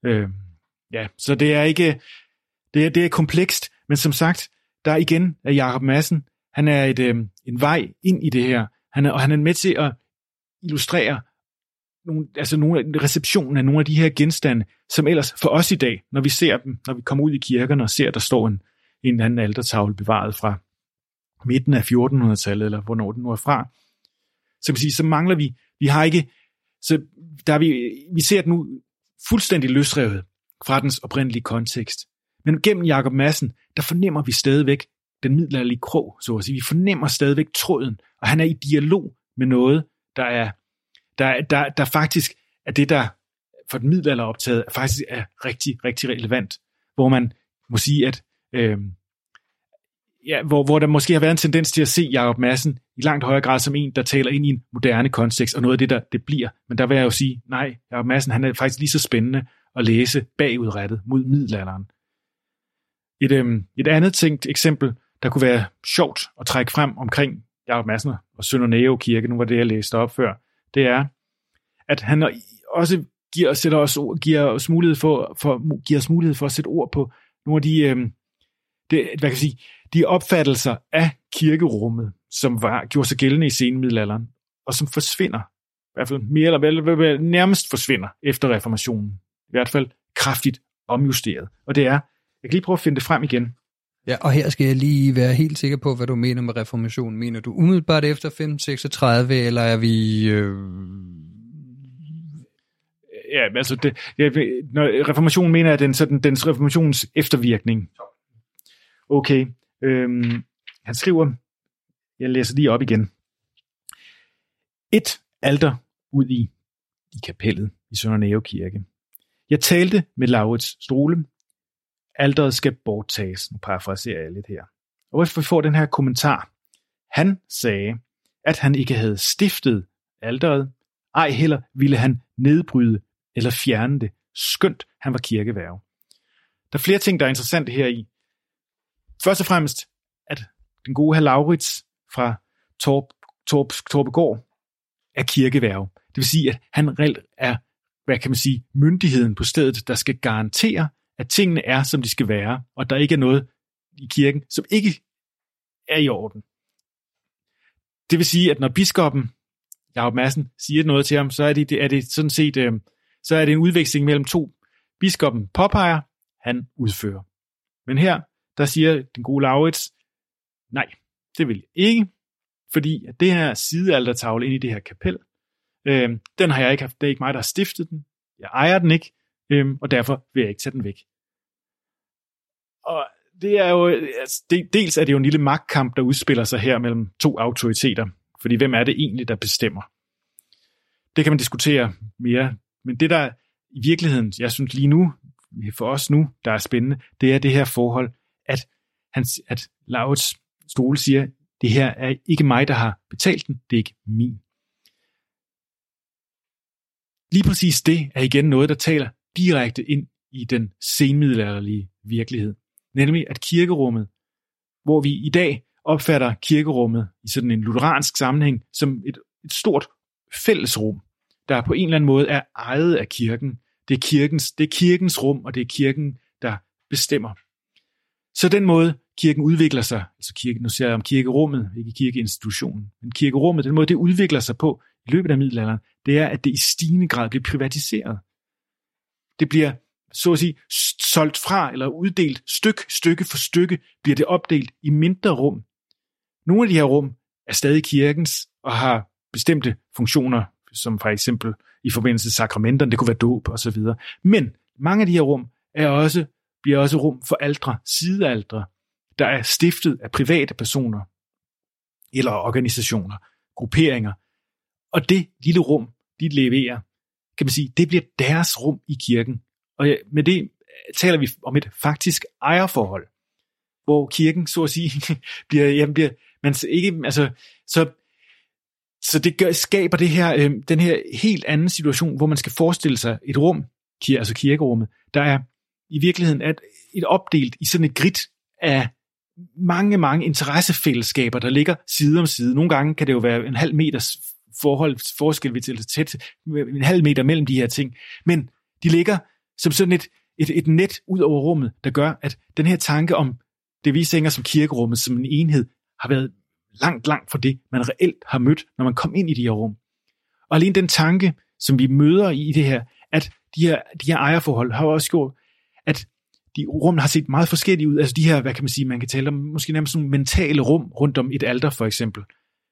Øh, ja, så det er ikke, det er, det er komplekst, men som sagt, der igen er Jacob Madsen, han er et, øh, en vej ind i det her, han er, og han er med til at illustrere nogle, altså nogle af receptionen af nogle af de her genstande, som ellers for os i dag, når vi ser dem, når vi kommer ud i kirkerne og ser, der står en, en eller anden altertavle bevaret fra midten af fjortenhundredetallet, eller hvornår den nu er fra, så kan man sige, så mangler vi, vi har ikke, så der er vi, vi ser den nu fuldstændig løsrevet fra dens oprindelige kontekst. Men gennem Jacob Madsen, der fornemmer vi stadigvæk den middelalderlige krog, så at sige. Vi fornemmer stadigvæk tråden, og han er i dialog med noget, der er, der, der, der faktisk er det, der for den middelalderoptaget faktisk er rigtig, rigtig relevant. Hvor man må sige, at øh, ja, hvor, hvor der måske har været en tendens til at se Jacob Madsen i langt højere grad som en, der taler ind i en moderne kontekst, og noget af det, der det bliver. Men der vil jeg jo sige, nej, Jacob Madsen, han er faktisk lige så spændende at læse bagudrettet mod middelalderen. Et, øhm, et andet tænkt eksempel, der kunne være sjovt at trække frem omkring Jacob Madsen og Sønder Næve Kirke, nu var det, jeg læste op før, det er, at han også giver, sætter os, giver, os mulighed for, for, giver os mulighed for at sætte ord på nogle af de, øhm, det, hvad kan jeg sige, de opfattelser af kirkerummet, som var, gjorde sig gældende i senmiddelalderen, og som forsvinder, i hvert fald mere eller vel, nærmest forsvinder efter reformationen. I hvert fald kraftigt omjusteret. Og det er, jeg kan lige prøve at finde det frem igen. Ja, og her skal jeg lige være helt sikker på, hvad du mener med reformationen. Mener du umiddelbart efter femten seksogtredive, eller er vi... Øh... Ja, altså, det, ja, når reformationen mener jeg, den, sådan, dens reformationens eftervirkning. Okay, øhm, han skriver, jeg læser lige op igen. Et alter ud i, i kapellet i Sønder Næve Kirke. Jeg talte med Laurits Stole. Alteret skal borttages. Nu parafraserer jeg lidt her. Og hvorfor vi får den her kommentar. Han sagde, at han ikke havde stiftet alteret. Ej heller ville han nedbryde eller fjerne det. Skønt han var kirkeværge. Der er flere ting, der er interessante her i. Først og fremmest, at den gode herr Laurits fra Torp, Torp, Torpegård er kirkeværge. Det vil sige, at han reelt er, hvad kan man sige, myndigheden på stedet, der skal garantere, at tingene er, som de skal være, og der ikke er noget i kirken, som ikke er i orden. Det vil sige, at når biskoppen, Jacob Madsen, siger noget til ham, så er det, er det sådan set, øh, så er det en udveksling mellem to. Biskoppen påpeger, han udfører. Men her, der siger den gode Laurits, nej, det vil jeg ikke, fordi at det her sidealtertavle ind i det her kapel, øh, den har jeg ikke haft, det er ikke mig, der har stiftet den, jeg ejer den ikke, øh, og derfor vil jeg ikke tage den væk. Og det er jo, altså, det, dels er det jo en lille magtkamp, der udspiller sig her mellem to autoriteter, fordi hvem er det egentlig, der bestemmer? Det kan man diskutere mere, men det der i virkeligheden, jeg synes lige nu, for os nu, der er spændende, det er det her forhold, at, han, at Laurits Stole siger, det her er ikke mig, der har betalt den, det er ikke min. Lige præcis det er igen noget, der taler direkte ind i den senmiddelalderlige virkelighed. Nemlig at kirkerummet, hvor vi i dag opfatter kirkerummet i sådan en lutheransk sammenhæng som et, et stort fællesrum, der på en eller anden måde er ejet af kirken. Det er kirkens, det er kirkens rum, og det er kirken, der bestemmer. Så den måde, kirken udvikler sig, altså kirken, nu ser jeg om kirkerummet, ikke kirkeinstitutionen, men kirkerummet, den måde, det udvikler sig på i løbet af middelalderen, det er, at det i stigende grad bliver privatiseret. Det bliver, så at sige, solgt fra eller uddelt styk, stykke for stykke, bliver det opdelt i mindre rum. Nogle af de her rum er stadig kirkens og har bestemte funktioner, som for eksempel i forbindelse med sakramenterne, det kunne være dåb og så videre. Men mange af de her rum er også, bliver også rum for altre, sidealtre, der er stiftet af private personer eller organisationer, grupperinger. Og det lille rum, de leverer, kan man sige, det bliver deres rum i kirken. Og med det taler vi om et faktisk ejerforhold, hvor kirken, så at sige, bliver, jamen bliver man ikke, altså, så, så det gør, skaber det her, øh, den her helt anden situation, hvor man skal forestille sig et rum, kir, altså kirkerummet, der er i virkeligheden et, et opdelt i sådan et grid af mange, mange interessefællesskaber, der ligger side om side. Nogle gange kan det jo være en halv meters forhold, forskel ved til tæt, en halv meter mellem de her ting, men de ligger som sådan et, et, et net ud over rummet, der gør, at den her tanke om det, vi tænker som kirkerummet, som en enhed, har været langt, langt fra det, man reelt har mødt, når man kom ind i de her rum. Og alene den tanke, som vi møder i det her, at de her, de her ejerforhold har også gjort, at de rum har set meget forskellige ud. Altså de her, hvad kan man sige, man kan tale om, måske nærmest sådan mentale rum rundt om et alter for eksempel,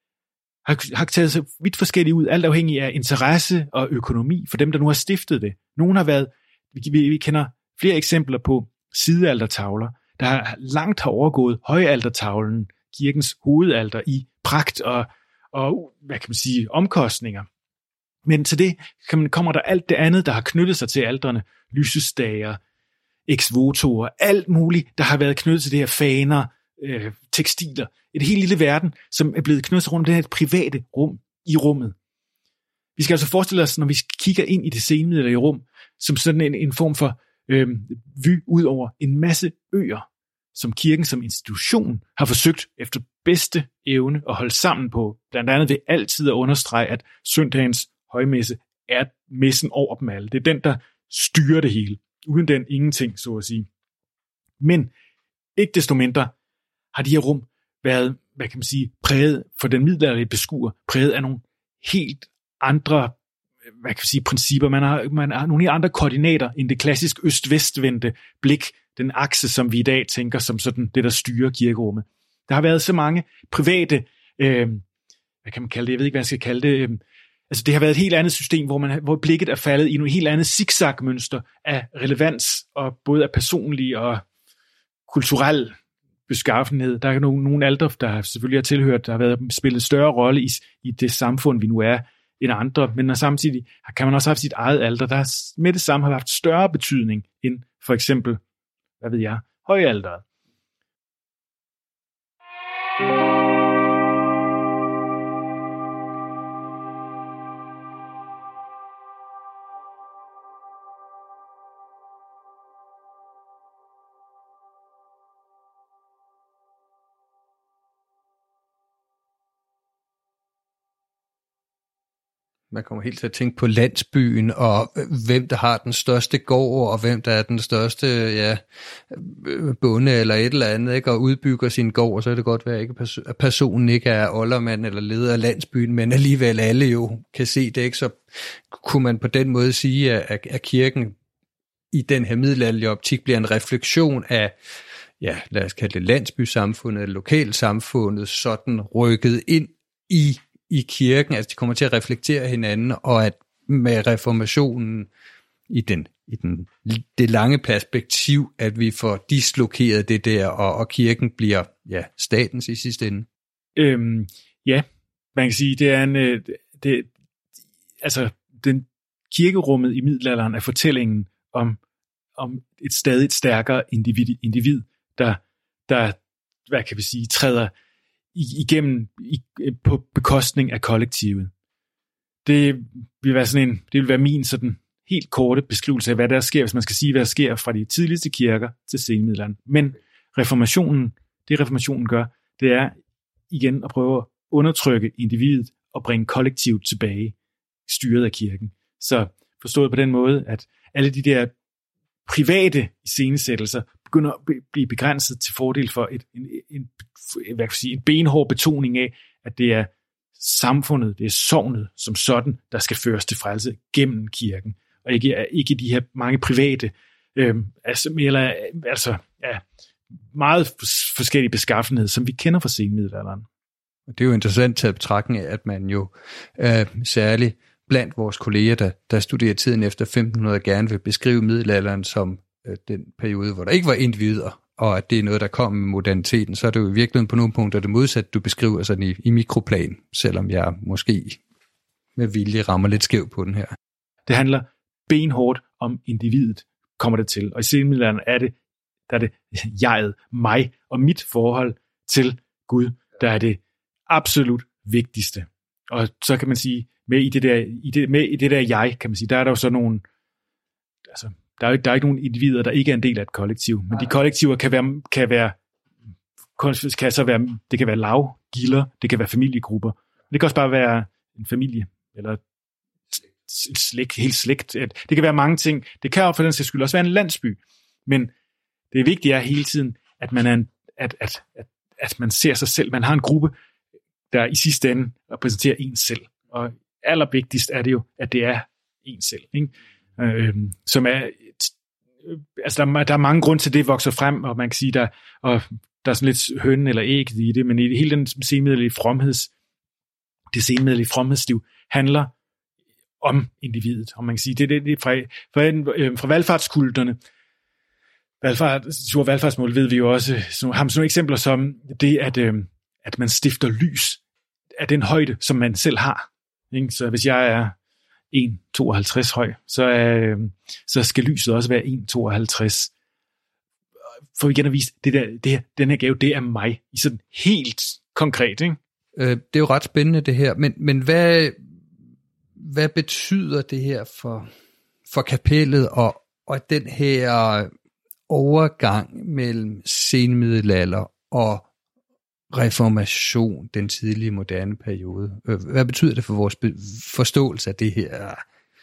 har, har taget sig vidt forskellige ud, alt afhængig af interesse og økonomi for dem, der nu har stiftet det. Nogle har været, vi, vi, vi kender flere eksempler på sidealtertavler, der har langt har overgået højaltertavlen, kirkens hovedalter, i pragt og, og hvad kan man sige, omkostninger. Men til det kan man, kommer der alt det andet, der har knyttet sig til alterne, lysestager, eksvotorer, alt muligt, der har været knyttet til det her faner, øh, tekstiler, et helt lille verden, som er blevet knyttet rundt om det her private rum i rummet. Vi skal altså forestille os, når vi kigger ind i det senmiddelalderlige rum, som sådan en, en form for øh, vy ud over en masse øer, som kirken som institution har forsøgt efter bedste evne at holde sammen på, blandt andet ved altid at understrege, at søndagens højmesse er messen over dem alle. Det er den, der styrer det hele. Uden den ingenting, så at sige. Men ikke desto mindre har de her rum været, hvad kan man sige, præget for den middelalderlige beskuer, præget af nogle helt andre, hvad kan man sige, principper. Man har, man har nogle andre koordinater end det klassisk øst-vest-vendte blik, den akse, som vi i dag tænker som sådan det, der styrer kirkerummet. Der har været så mange private, øh, hvad kan man kalde det, jeg ved ikke, hvad jeg skal kalde det, øh, altså det har været et helt andet system, hvor, man, hvor blikket er faldet i nogle helt andet zigzag-mønster af relevans, og både af personlig og kulturel beskaffenhed. Der er nogle, nogle alter, der selvfølgelig har tilhørt, der har været spillet større rolle i, i det samfund, vi nu er, end andre, men samtidig kan man også have sit eget alter, der med det samme har haft større betydning end for eksempel, hvad ved jeg, højalteret. Man kommer helt til at tænke på landsbyen, og hvem der har den største gård, og hvem der er den største ja, bonde eller et eller andet, ikke? Og udbygger sin gård, og så er det godt være, at personen ikke er oldermand eller leder af landsbyen, men alligevel alle jo kan se det, ikke? Så kunne man på den måde sige, at, at kirken i den her middelalderlige optik bliver en refleksion af, ja, lad os kalde det landsbysamfundet, lokalsamfundet, sådan rykket ind i i kirken, altså de kommer til at reflektere hinanden, og at med reformationen i den i den det lange perspektiv, at vi får dislokeret det der, og, og kirken bliver ja statens i sidste ende. Øhm, ja, man kan sige, det er en det, altså den kirkerummet i middelalderen er fortællingen om om et stadig stærkere individ, individ der der hvad kan vi sige træder igennem i, på bekostning af kollektivet. Det vil være sådan en, det vil være min sådan helt korte beskrivelse af, hvad der sker, hvis man skal sige, hvad der sker fra de tidligste kirker til senmiddelalderen. Men reformationen, det reformationen gør, det er igen at prøve at undertrykke individet og bringe kollektivet tilbage, styret af kirken. Så forstået på den måde, at alle de der private iscenesættelser begynder at blive begrænset til fordel for et, en, en, hvad kan jeg sige, en benhård betoning af, at det er samfundet, det er sognet som sådan, der skal føres til frelse gennem kirken, og ikke, ikke de her mange private, øh, altså, eller, altså ja, meget forskellige beskaffenhed, som vi kender fra senmiddelalderen. Det er jo interessant til at betragtning af, at man jo øh, særligt blandt vores kolleger, der, der studerer tiden efter femten hundrede, gerne vil beskrive middelalderen som øh, den periode, hvor der ikke var individer, og at det er noget, der kom med moderniteten, så er det jo i virkeligheden på nogle punkter det modsatte, du beskriver sådan i, i mikroplan, selvom jeg måske med vilje rammer lidt skæv på den her. Det handler benhårdt om individet, kommer det til. Og i senmiddelalderen er det, der er det jeget, mig og mit forhold til Gud, der er det absolut vigtigste. Og så kan man sige, med i det der, i det, med i det der jeg, kan man sige, der er der jo så nogle, altså, der er, der er ikke nogen individer, der ikke er en del af et kollektiv, men de kollektiver kan være, kan være, kan så være, det kan være lav, gilder, det kan være familiegrupper, det kan også bare være en familie, eller slægt, helt slægt. Det kan være mange ting. Det kan jo for den sags skyld også være en landsby. Men det vigtige er hele tiden, at man, er en, at, at, at, at man ser sig selv. Man har en gruppe, der i sidste ende repræsenterer en selv. Og allervigtigst er det jo, at det er en selv. Ikke? Øh, som er, altså der, der er mange grunde til, at det vokser frem, og man kan sige, der, og der er sådan lidt hønen eller ægget i det, men i hele den senmiddelige fromheds, det senmiddelige fromhedsliv handler om individet, og man kan sige, det er det, det er fra, fra, øh, fra valgfartskulterne. Valgfart, store valgfartsmål ved vi jo også, så har man sådan nogle eksempler som det, at, øh, at man stifter lys af den højde, som man selv har. Ikke? Så hvis jeg er en komma tooghalvtreds høj, så, øh, så skal lyset også være en komma tooghalvtreds. For igen at vise, det der, det her, den her gave, det er mig, i sådan helt konkret. Ikke? Øh, det er jo ret spændende det her, men, men hvad, hvad betyder det her for, for kapellet, og, og den her overgang mellem senmiddelalder og reformation, den tidlige moderne periode? Hvad betyder det for vores forståelse af det her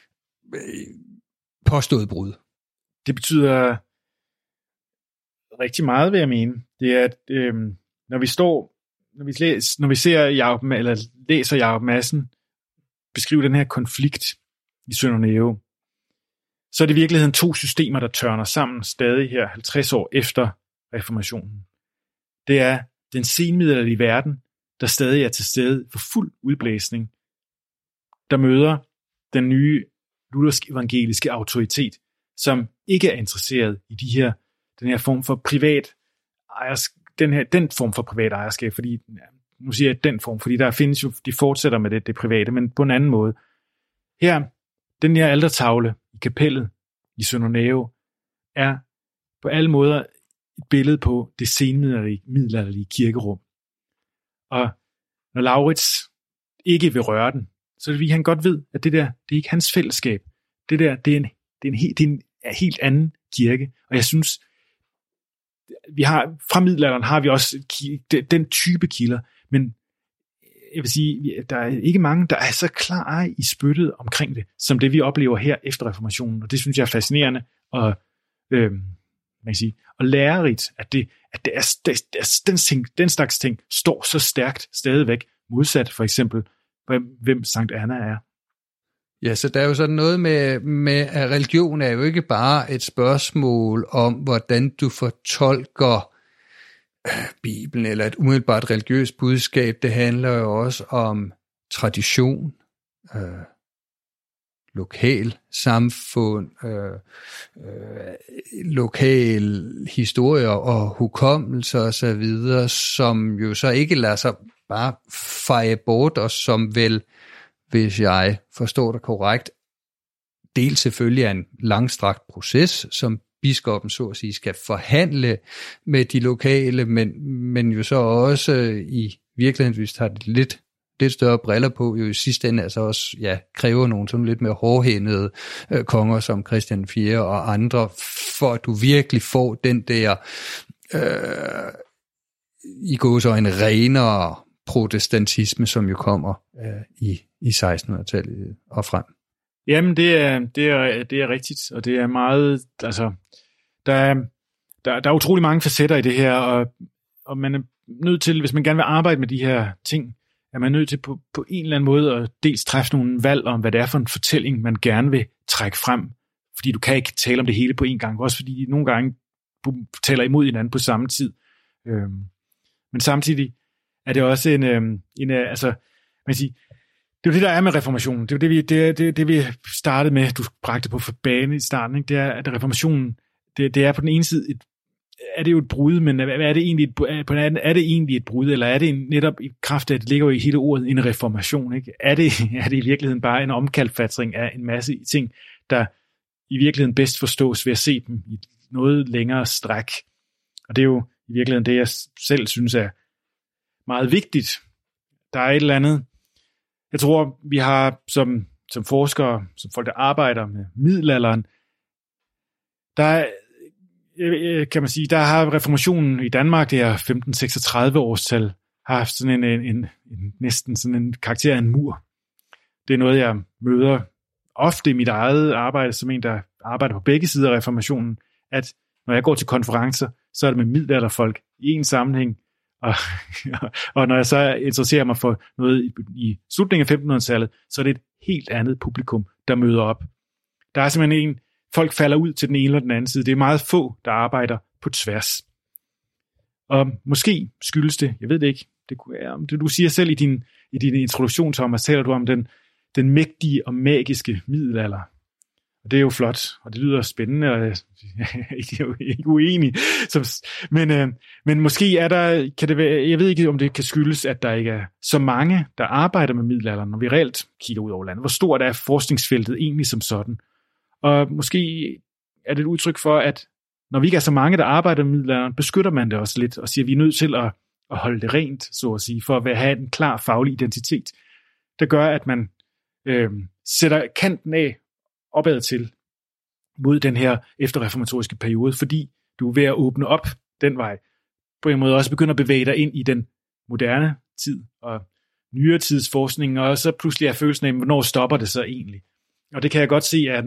påståede brud? Det betyder rigtig meget, vil jeg mene. Det er, at øh, når vi står, når vi, læs, når vi ser Jacob, eller læser Jacob Madsen beskrive den her konflikt i Sønder Næve, så er det i virkeligheden to systemer, der tørner sammen stadig her halvtreds år efter reformationen. Det er den senmiddelalderlige verden, der stadig er til stede for fuld udblæsning, der møder den nye luthersk evangeliske autoritet, som ikke er interesseret i de her, den her form for privat ejerskab, den her den form for privat ejerskab, fordi nu siger jeg den form, fordi der findes jo, de fortsætter med det, det private, men på en anden måde. Her, den her altertavle i kapellet i Sønder Næve er på alle måder et billede på det senmiddelalderlige kirkerum. Og når Laurits ikke vil røre den, så er det fordi, han godt ved, at det der, det er ikke hans fællesskab. Det der, det er en, det er en, helt, det er en helt anden kirke. Og jeg synes, vi har, fra middelalderen har vi også den type kilder, men jeg vil sige, der er ikke mange, der er så klare i spyttet omkring det, som det vi oplever her efter reformationen. Og det synes jeg er fascinerende og, øh, man kan sige, og lærerigt, at, det, at det er, det er, den, ting, den slags ting står så stærkt stadigvæk, modsat for eksempel, hvem Sankt Anna er. Ja, så der er jo sådan noget med, med, at religion er jo ikke bare et spørgsmål om, hvordan du fortolker Bibelen eller et umiddelbart religiøst budskab. Det handler jo også om tradition, øh, lokal samfund, øh, øh, lokal historie og hukommelse og så videre, som jo så ikke lader sig bare feje bort, og som vel, hvis jeg forstår det korrekt, dels selvfølgelig er en langstrakt proces, som biskoppen så at sige skal forhandle med de lokale, men, men jo så også i virkeligheden, hvis vi tager det lidt, lidt større briller på, jo i sidste ende altså også ja, kræver nogle sådan lidt mere hårdhændede øh, konger som Christian den fjerde og andre, for at du virkelig får den der øh, i gåseøjne renere protestantisme, som jo kommer øh, i, i sekstenhundredetallet og frem. Jamen, det er, det er, det er rigtigt, og det er meget, altså, der er, der, der er utrolig mange facetter i det her, og, og man er nødt til, hvis man gerne vil arbejde med de her ting, er man nødt til på, på en eller anden måde at dels træffe nogle valg om, hvad det er for en fortælling, man gerne vil trække frem, fordi du kan ikke tale om det hele på en gang, også fordi nogle gange taler imod hinanden på samme tid. Øhm, men samtidig er det også en, øhm, en altså, man siger, det er jo det, der er med reformationen. Det er jo det, vi, det, det, det, vi startede med, du bragte på for bane i starten. Ikke? Det er, at reformationen, det, det er på den ene side, et, er det jo et brud, men er det egentlig et, på den anden, er det egentlig et brud, eller er det en, netop i kraft af, at det ligger jo i hele ordet, en reformation? Ikke? Er, det, er det i virkeligheden bare en omkalfatring af en masse ting, der i virkeligheden bedst forstås ved at se dem i noget længere stræk? Og det er jo i virkeligheden det, jeg selv synes er meget vigtigt. Der er et eller andet. Jeg tror, vi har som, som forskere, som folk, der arbejder med middelalderen, der kan man sige, der har reformationen i Danmark, det er femten seksogtredive årstal, har haft sådan en, en, en, en næsten sådan en karakter af en mur. Det er noget, jeg møder ofte i mit eget arbejde, som en, der arbejder på begge sider af reformationen, at når jeg går til konferencer, så er det med middelalderfolk i en sammenhæng, og, og når jeg så interesserer mig for noget i, i slutningen af femtenhundredetallet, så er det et helt andet publikum, der møder op. Der er simpelthen en, folk falder ud til den ene eller den anden side. Det er meget få, der arbejder på tværs. Og måske skyldes det, jeg ved det ikke, det, det du siger selv i din, i din introduktion, Thomas, taler du om den, den mægtige og magiske middelalder. Og det er jo flot, og det lyder spændende, og jeg er jo ikke uenig. Men, øh, men måske er der, kan det være, jeg ved ikke, om det kan skyldes, at der ikke er så mange, der arbejder med middelalderen, når vi reelt kigger ud over landet. Hvor stort er forskningsfeltet egentlig som sådan? Og måske er det et udtryk for, at når vi ikke er så mange, der arbejder med middelalderen, beskytter man det også lidt, og siger, at vi er nødt til at, at holde det rent, så at sige, for at have en klar faglig identitet, der gør, at man øh, sætter kanten af opad til mod den her efterreformatoriske periode, fordi du er ved at åbne op den vej. På en måde også begynder at bevæge dig ind i den moderne tid og nyere tids forskning, og så pludselig er følelsen af, hvornår stopper det så egentlig? Og det kan jeg godt se, at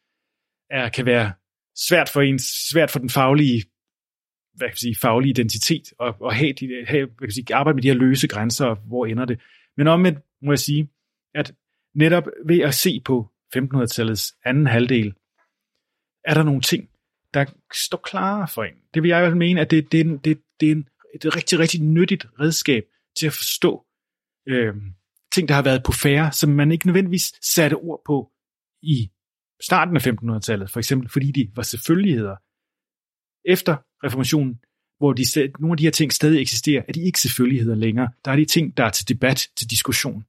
er, kan være svært for en, svært for den faglige, hvad kan jeg sige, faglige identitet, og, og have, have, hvad kan jeg sige, arbejde med de her løse grænser, og hvor ender det. Men omvendt må jeg sige, at netop ved at se på femtenhundredetallets anden halvdel, er der nogle ting, der står klare for en. Det vil jeg i hvert fald mene, at det, det, er, det, det er en, et rigtig, rigtig nyttigt redskab til at forstå øh, ting, der har været på færre, som man ikke nødvendigvis satte ord på i starten af femtenhundredetallet, for eksempel fordi de var selvfølgeligheder. Efter reformationen, hvor de, nogle af de her ting stadig eksisterer, er de ikke selvfølgeligheder længere. Der er de ting, der er til debat, til diskussion.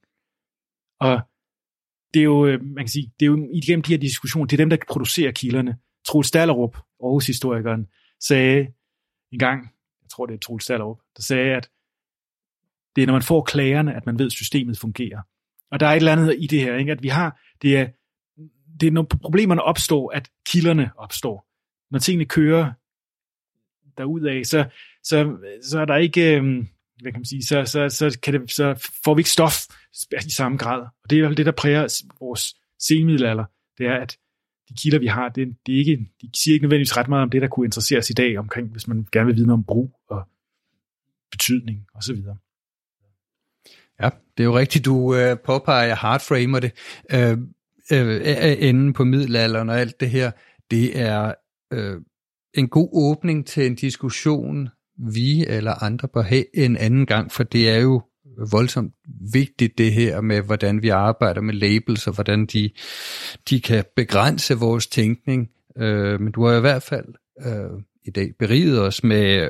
Og det er jo, man kan sige, det er jo igennem de her diskussioner, det er dem, der producerer kilderne. Troels Dahlerup, Aarhus-historikeren, sagde en gang, jeg tror det er Troels Dahlerup, der sagde, at det er, når man får klagerne, at man ved, at systemet fungerer. Og der er et eller andet i det her, ikke? At vi har, det er, det er, når problemerne opstår, at kilderne opstår. Når tingene kører derudad, så, så, så er der ikke, hvad kan man sige, så, så, så, kan det, så får vi ikke stof i samme grad. Og det er jo det, der præger vores senmiddelalder, det er, at de kilder, vi har, det, det er ikke, de siger ikke nødvendigvis ret meget om det, der kunne interessere os i dag omkring, hvis man gerne vil vide om brug og betydning osv. Ja, det er jo rigtigt, du øh, påpeger hardframer det. Øh, øh, enden på middelalderen og alt det her, det er øh, en god åbning til en diskussion, vi eller andre bør have en anden gang, for det er jo voldsomt vigtigt det her med, hvordan vi arbejder med labels, og hvordan de, de kan begrænse vores tænkning. Øh, men du har i hvert fald øh, i dag beriget os med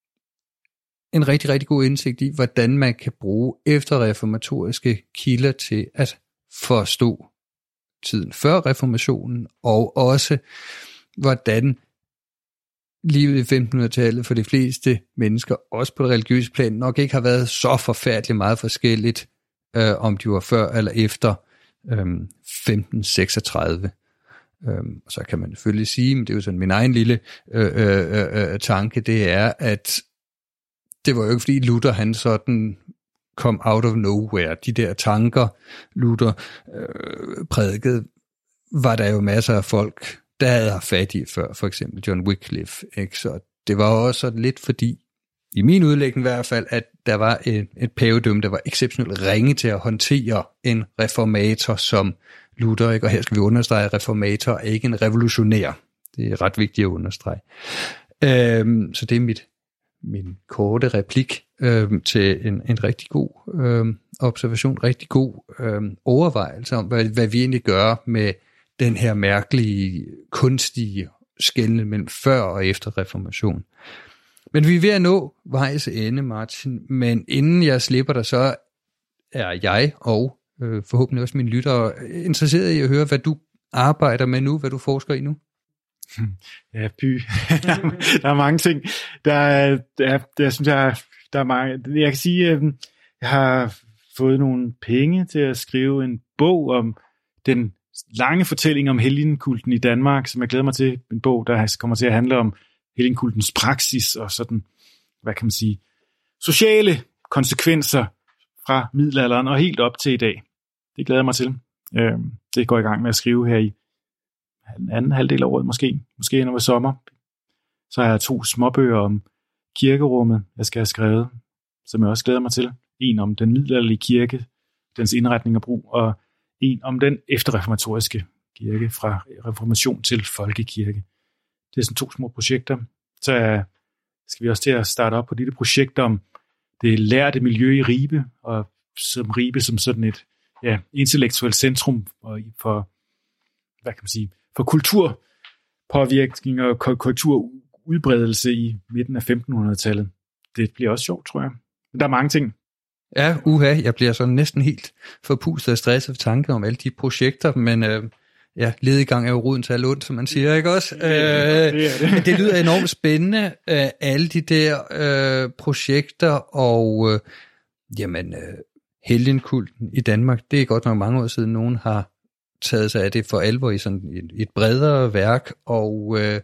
en rigtig, rigtig god indsigt i, hvordan man kan bruge efterreformatoriske kilder til at forstå tiden før reformationen, og også hvordan livet i femtenhundredetallet for de fleste mennesker, også på det religiøse plan, nok ikke har været så forfærdeligt meget forskelligt, øh, om de var før eller efter øh, femten seksogtredive. Øh, og så kan man selvfølgelig sige, men det er jo sådan min egen lille øh, øh, øh, tanke, det er, at det var jo ikke fordi Luther han sådan kom out of nowhere. De der tanker, Luther øh, prædikede, var der jo masser af folk, der havde haft fat i før, for eksempel John Wycliffe. Ikke? Så det var også lidt fordi, i min udlægning i hvert fald, at der var et, et pavedømme, der var exceptionelt ringe til at håndtere en reformator som Luther. Ikke? Og her skal vi understrege, at reformator er ikke en revolutionær. Det er ret vigtigt at understrege. Øhm, så det er mit min korte replik øh, til en, en rigtig god øh, observation, rigtig god øh, overvejelse om, hvad, hvad vi egentlig gør med den her mærkelige, kunstige skelnen mellem før og efter reformation. Men vi er ved at nå vejs ende, Martin, men inden jeg slipper dig, så er jeg og øh, forhåbentlig også mine lyttere interesseret i at høre, hvad du arbejder med nu, hvad du forsker i nu. Ja, by. Der er mange ting. Der, der, der synes jeg, der er mange. Jeg kan sige, jeg har fået nogle penge til at skrive en bog om den lange fortælling om helgenkulten i Danmark, som jeg glæder mig til. En bog, der kommer til at handle om helgenkultens praksis og sådan, hvad kan man sige, sociale konsekvenser fra middelalderen og helt op til i dag. Det glæder jeg mig til. det går i gang med at skrive her i den anden halvdel af året, måske, måske endnu i sommer. Så har jeg to småbøger om kirkerummet, jeg skal have skrevet, som jeg også glæder mig til. En om den middelalderlige kirke, dens indretning og brug, og en om den efterreformatoriske kirke, fra reformation til folkekirke. Det er sådan to små projekter. Så skal vi også til at starte op på dette projekt om det lærte miljø i Ribe, og som Ribe som sådan et ja, intellektuelt centrum for, hvad kan man sige, for kulturpåvirkning og kulturudbredelse i midten af femtenhundredetallet. Det bliver også sjovt, tror jeg. Men der er mange ting. Ja, uha, jeg bliver sådan næsten helt forpustet af stress og tanker om alle de projekter, men øh, ja, lediggang er jo roden til alt ondt, som man siger, ikke også? Øh, det, det. Men det lyder enormt spændende, øh, alle de der øh, projekter, og øh, jamen, øh, helgenkulten i Danmark, det er godt nok mange år siden, nogen har taget sig af det for alvor i sådan et, et bredere værk, og øh,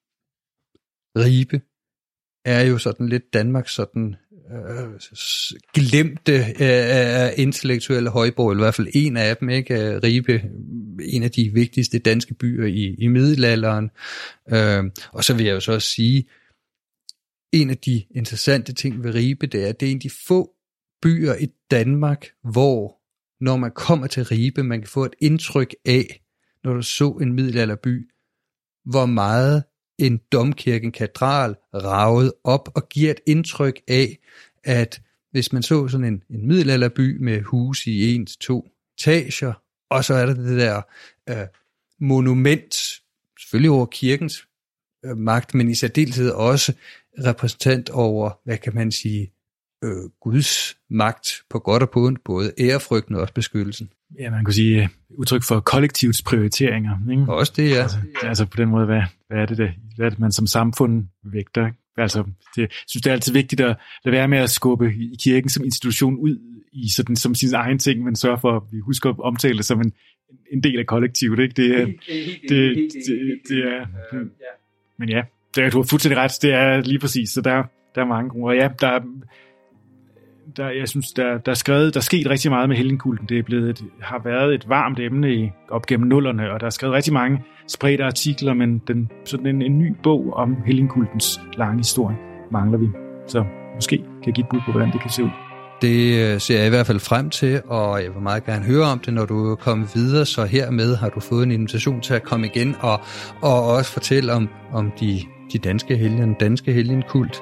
Ribe er jo sådan lidt Danmarks sådan øh, glemte øh, intellektuelle højborg, eller i hvert fald en af dem, ikke? Ribe, en af de vigtigste danske byer i, i middelalderen. Øh, og så vil jeg jo så også sige, en af de interessante ting ved Ribe, det er, at det er en af de få byer i Danmark, hvor når man kommer til Ribe, man kan få et indtryk af, når du så en middelalderby, hvor meget en domkirke, en katedral, raget op og giver et indtryk af, at hvis man så sådan en, en middelalderby med huse i en til to etager, og så er der det der øh, monument, selvfølgelig over kirkens øh, magt, men i særdeleshed også repræsentant over, hvad kan man sige, øh, Guds magt på godt og på ondt, både ærefrygten og også beskyttelsen. Ja, man kan sige udtryk for kollektivets prioriteringer. Ikke? Også det, ja. Altså, altså på den måde, hvad, hvad, er det, det, hvad er det, man som samfund vægter? Ikke? Altså, det, jeg synes, det er altid vigtigt at lade være med at skubbe i kirken som institution ud i sådan, som sin egen ting, men sørge for, at vi husker at omtale det som en, en del af kollektivet. Ikke? Det, det, det, det, det, det er... Men ja, det er, du har fuldstændig ret. Det er lige præcis, så der, der er mange grunde. Og ja, der er... Der, jeg synes, der, der er skrevet, der er sket rigtig meget med helgenkulten. Det er blevet et, har været et varmt emne i, op gennem nullerne, og der er skrevet rigtig mange spredte artikler, men den, sådan en, en ny bog om helgenkultens lange historie mangler vi. Så måske kan jeg give et bud på, hvordan det kan se ud. Det ser jeg i hvert fald frem til, og jeg vil meget gerne høre om det, når du er kommet videre. Så hermed har du fået en invitation til at komme igen og, og også fortælle om, om de, de danske helgen, den danske helgenkult.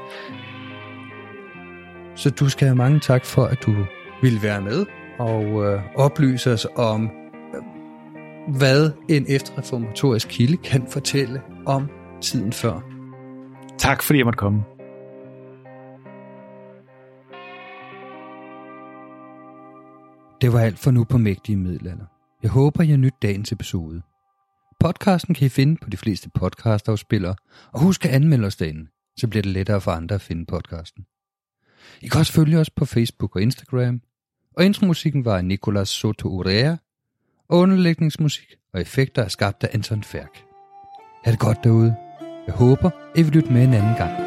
Så du skal have mange tak for, at du ville være med og øh, oplyse os om, øh, hvad en efterreformatorisk kilde kan fortælle om tiden før. Tak fordi jeg måtte komme. Det var alt for nu på Mægtige Middelalder. Jeg håber, I har nydt dagens episode. Podcasten kan I finde på de fleste podcastafspillere, og husk at anmelde os derinde, så bliver det lettere for andre at finde podcasten. I kan også følge os på Facebook og Instagram, og intromusikken var af Nicolas Soto Urea, og underlægningsmusik og effekter er skabt af Anton Færk. Ha' det godt derude. Jeg håber, I vil lytte med en anden gang.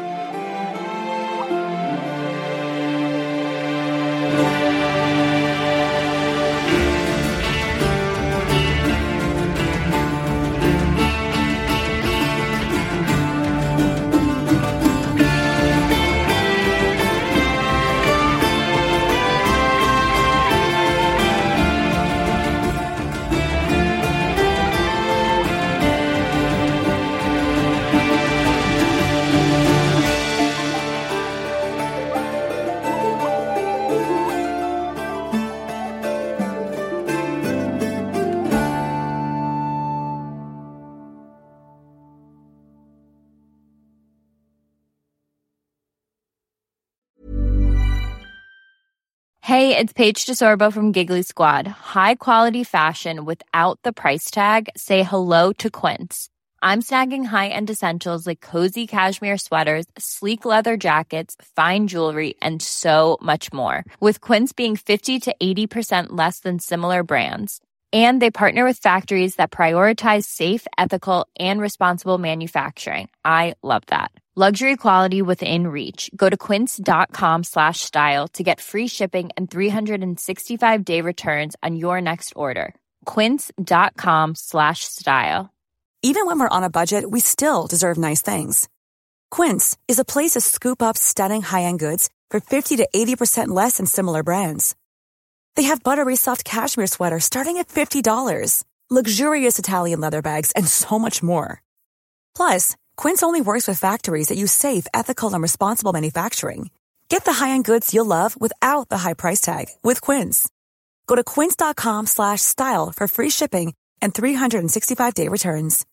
Hey, it's Paige DeSorbo from Giggly Squad. High quality fashion without the price tag. Say hello to Quince. I'm snagging high-end essentials like cozy cashmere sweaters, sleek leather jackets, fine jewelry, and so much more. With Quince being fifty to eighty percent less than similar brands. And they partner with factories that prioritize safe, ethical, and responsible manufacturing. I love that. Luxury quality within reach. Go to quince.com slash style to get free shipping and three sixty-five day returns on your next order. quince.com slash style. Even when we're on a budget, we still deserve nice things. Quince is a place to scoop up stunning high-end goods for fifty to eighty percent less than similar brands. They have buttery soft cashmere sweaters starting at fifty dollars, luxurious Italian leather bags, and so much more. Plus, Quince only works with factories that use safe, ethical, and responsible manufacturing. Get the high-end goods you'll love without the high price tag with Quince. Go to quince.com slash style for free shipping and three sixty-five day returns.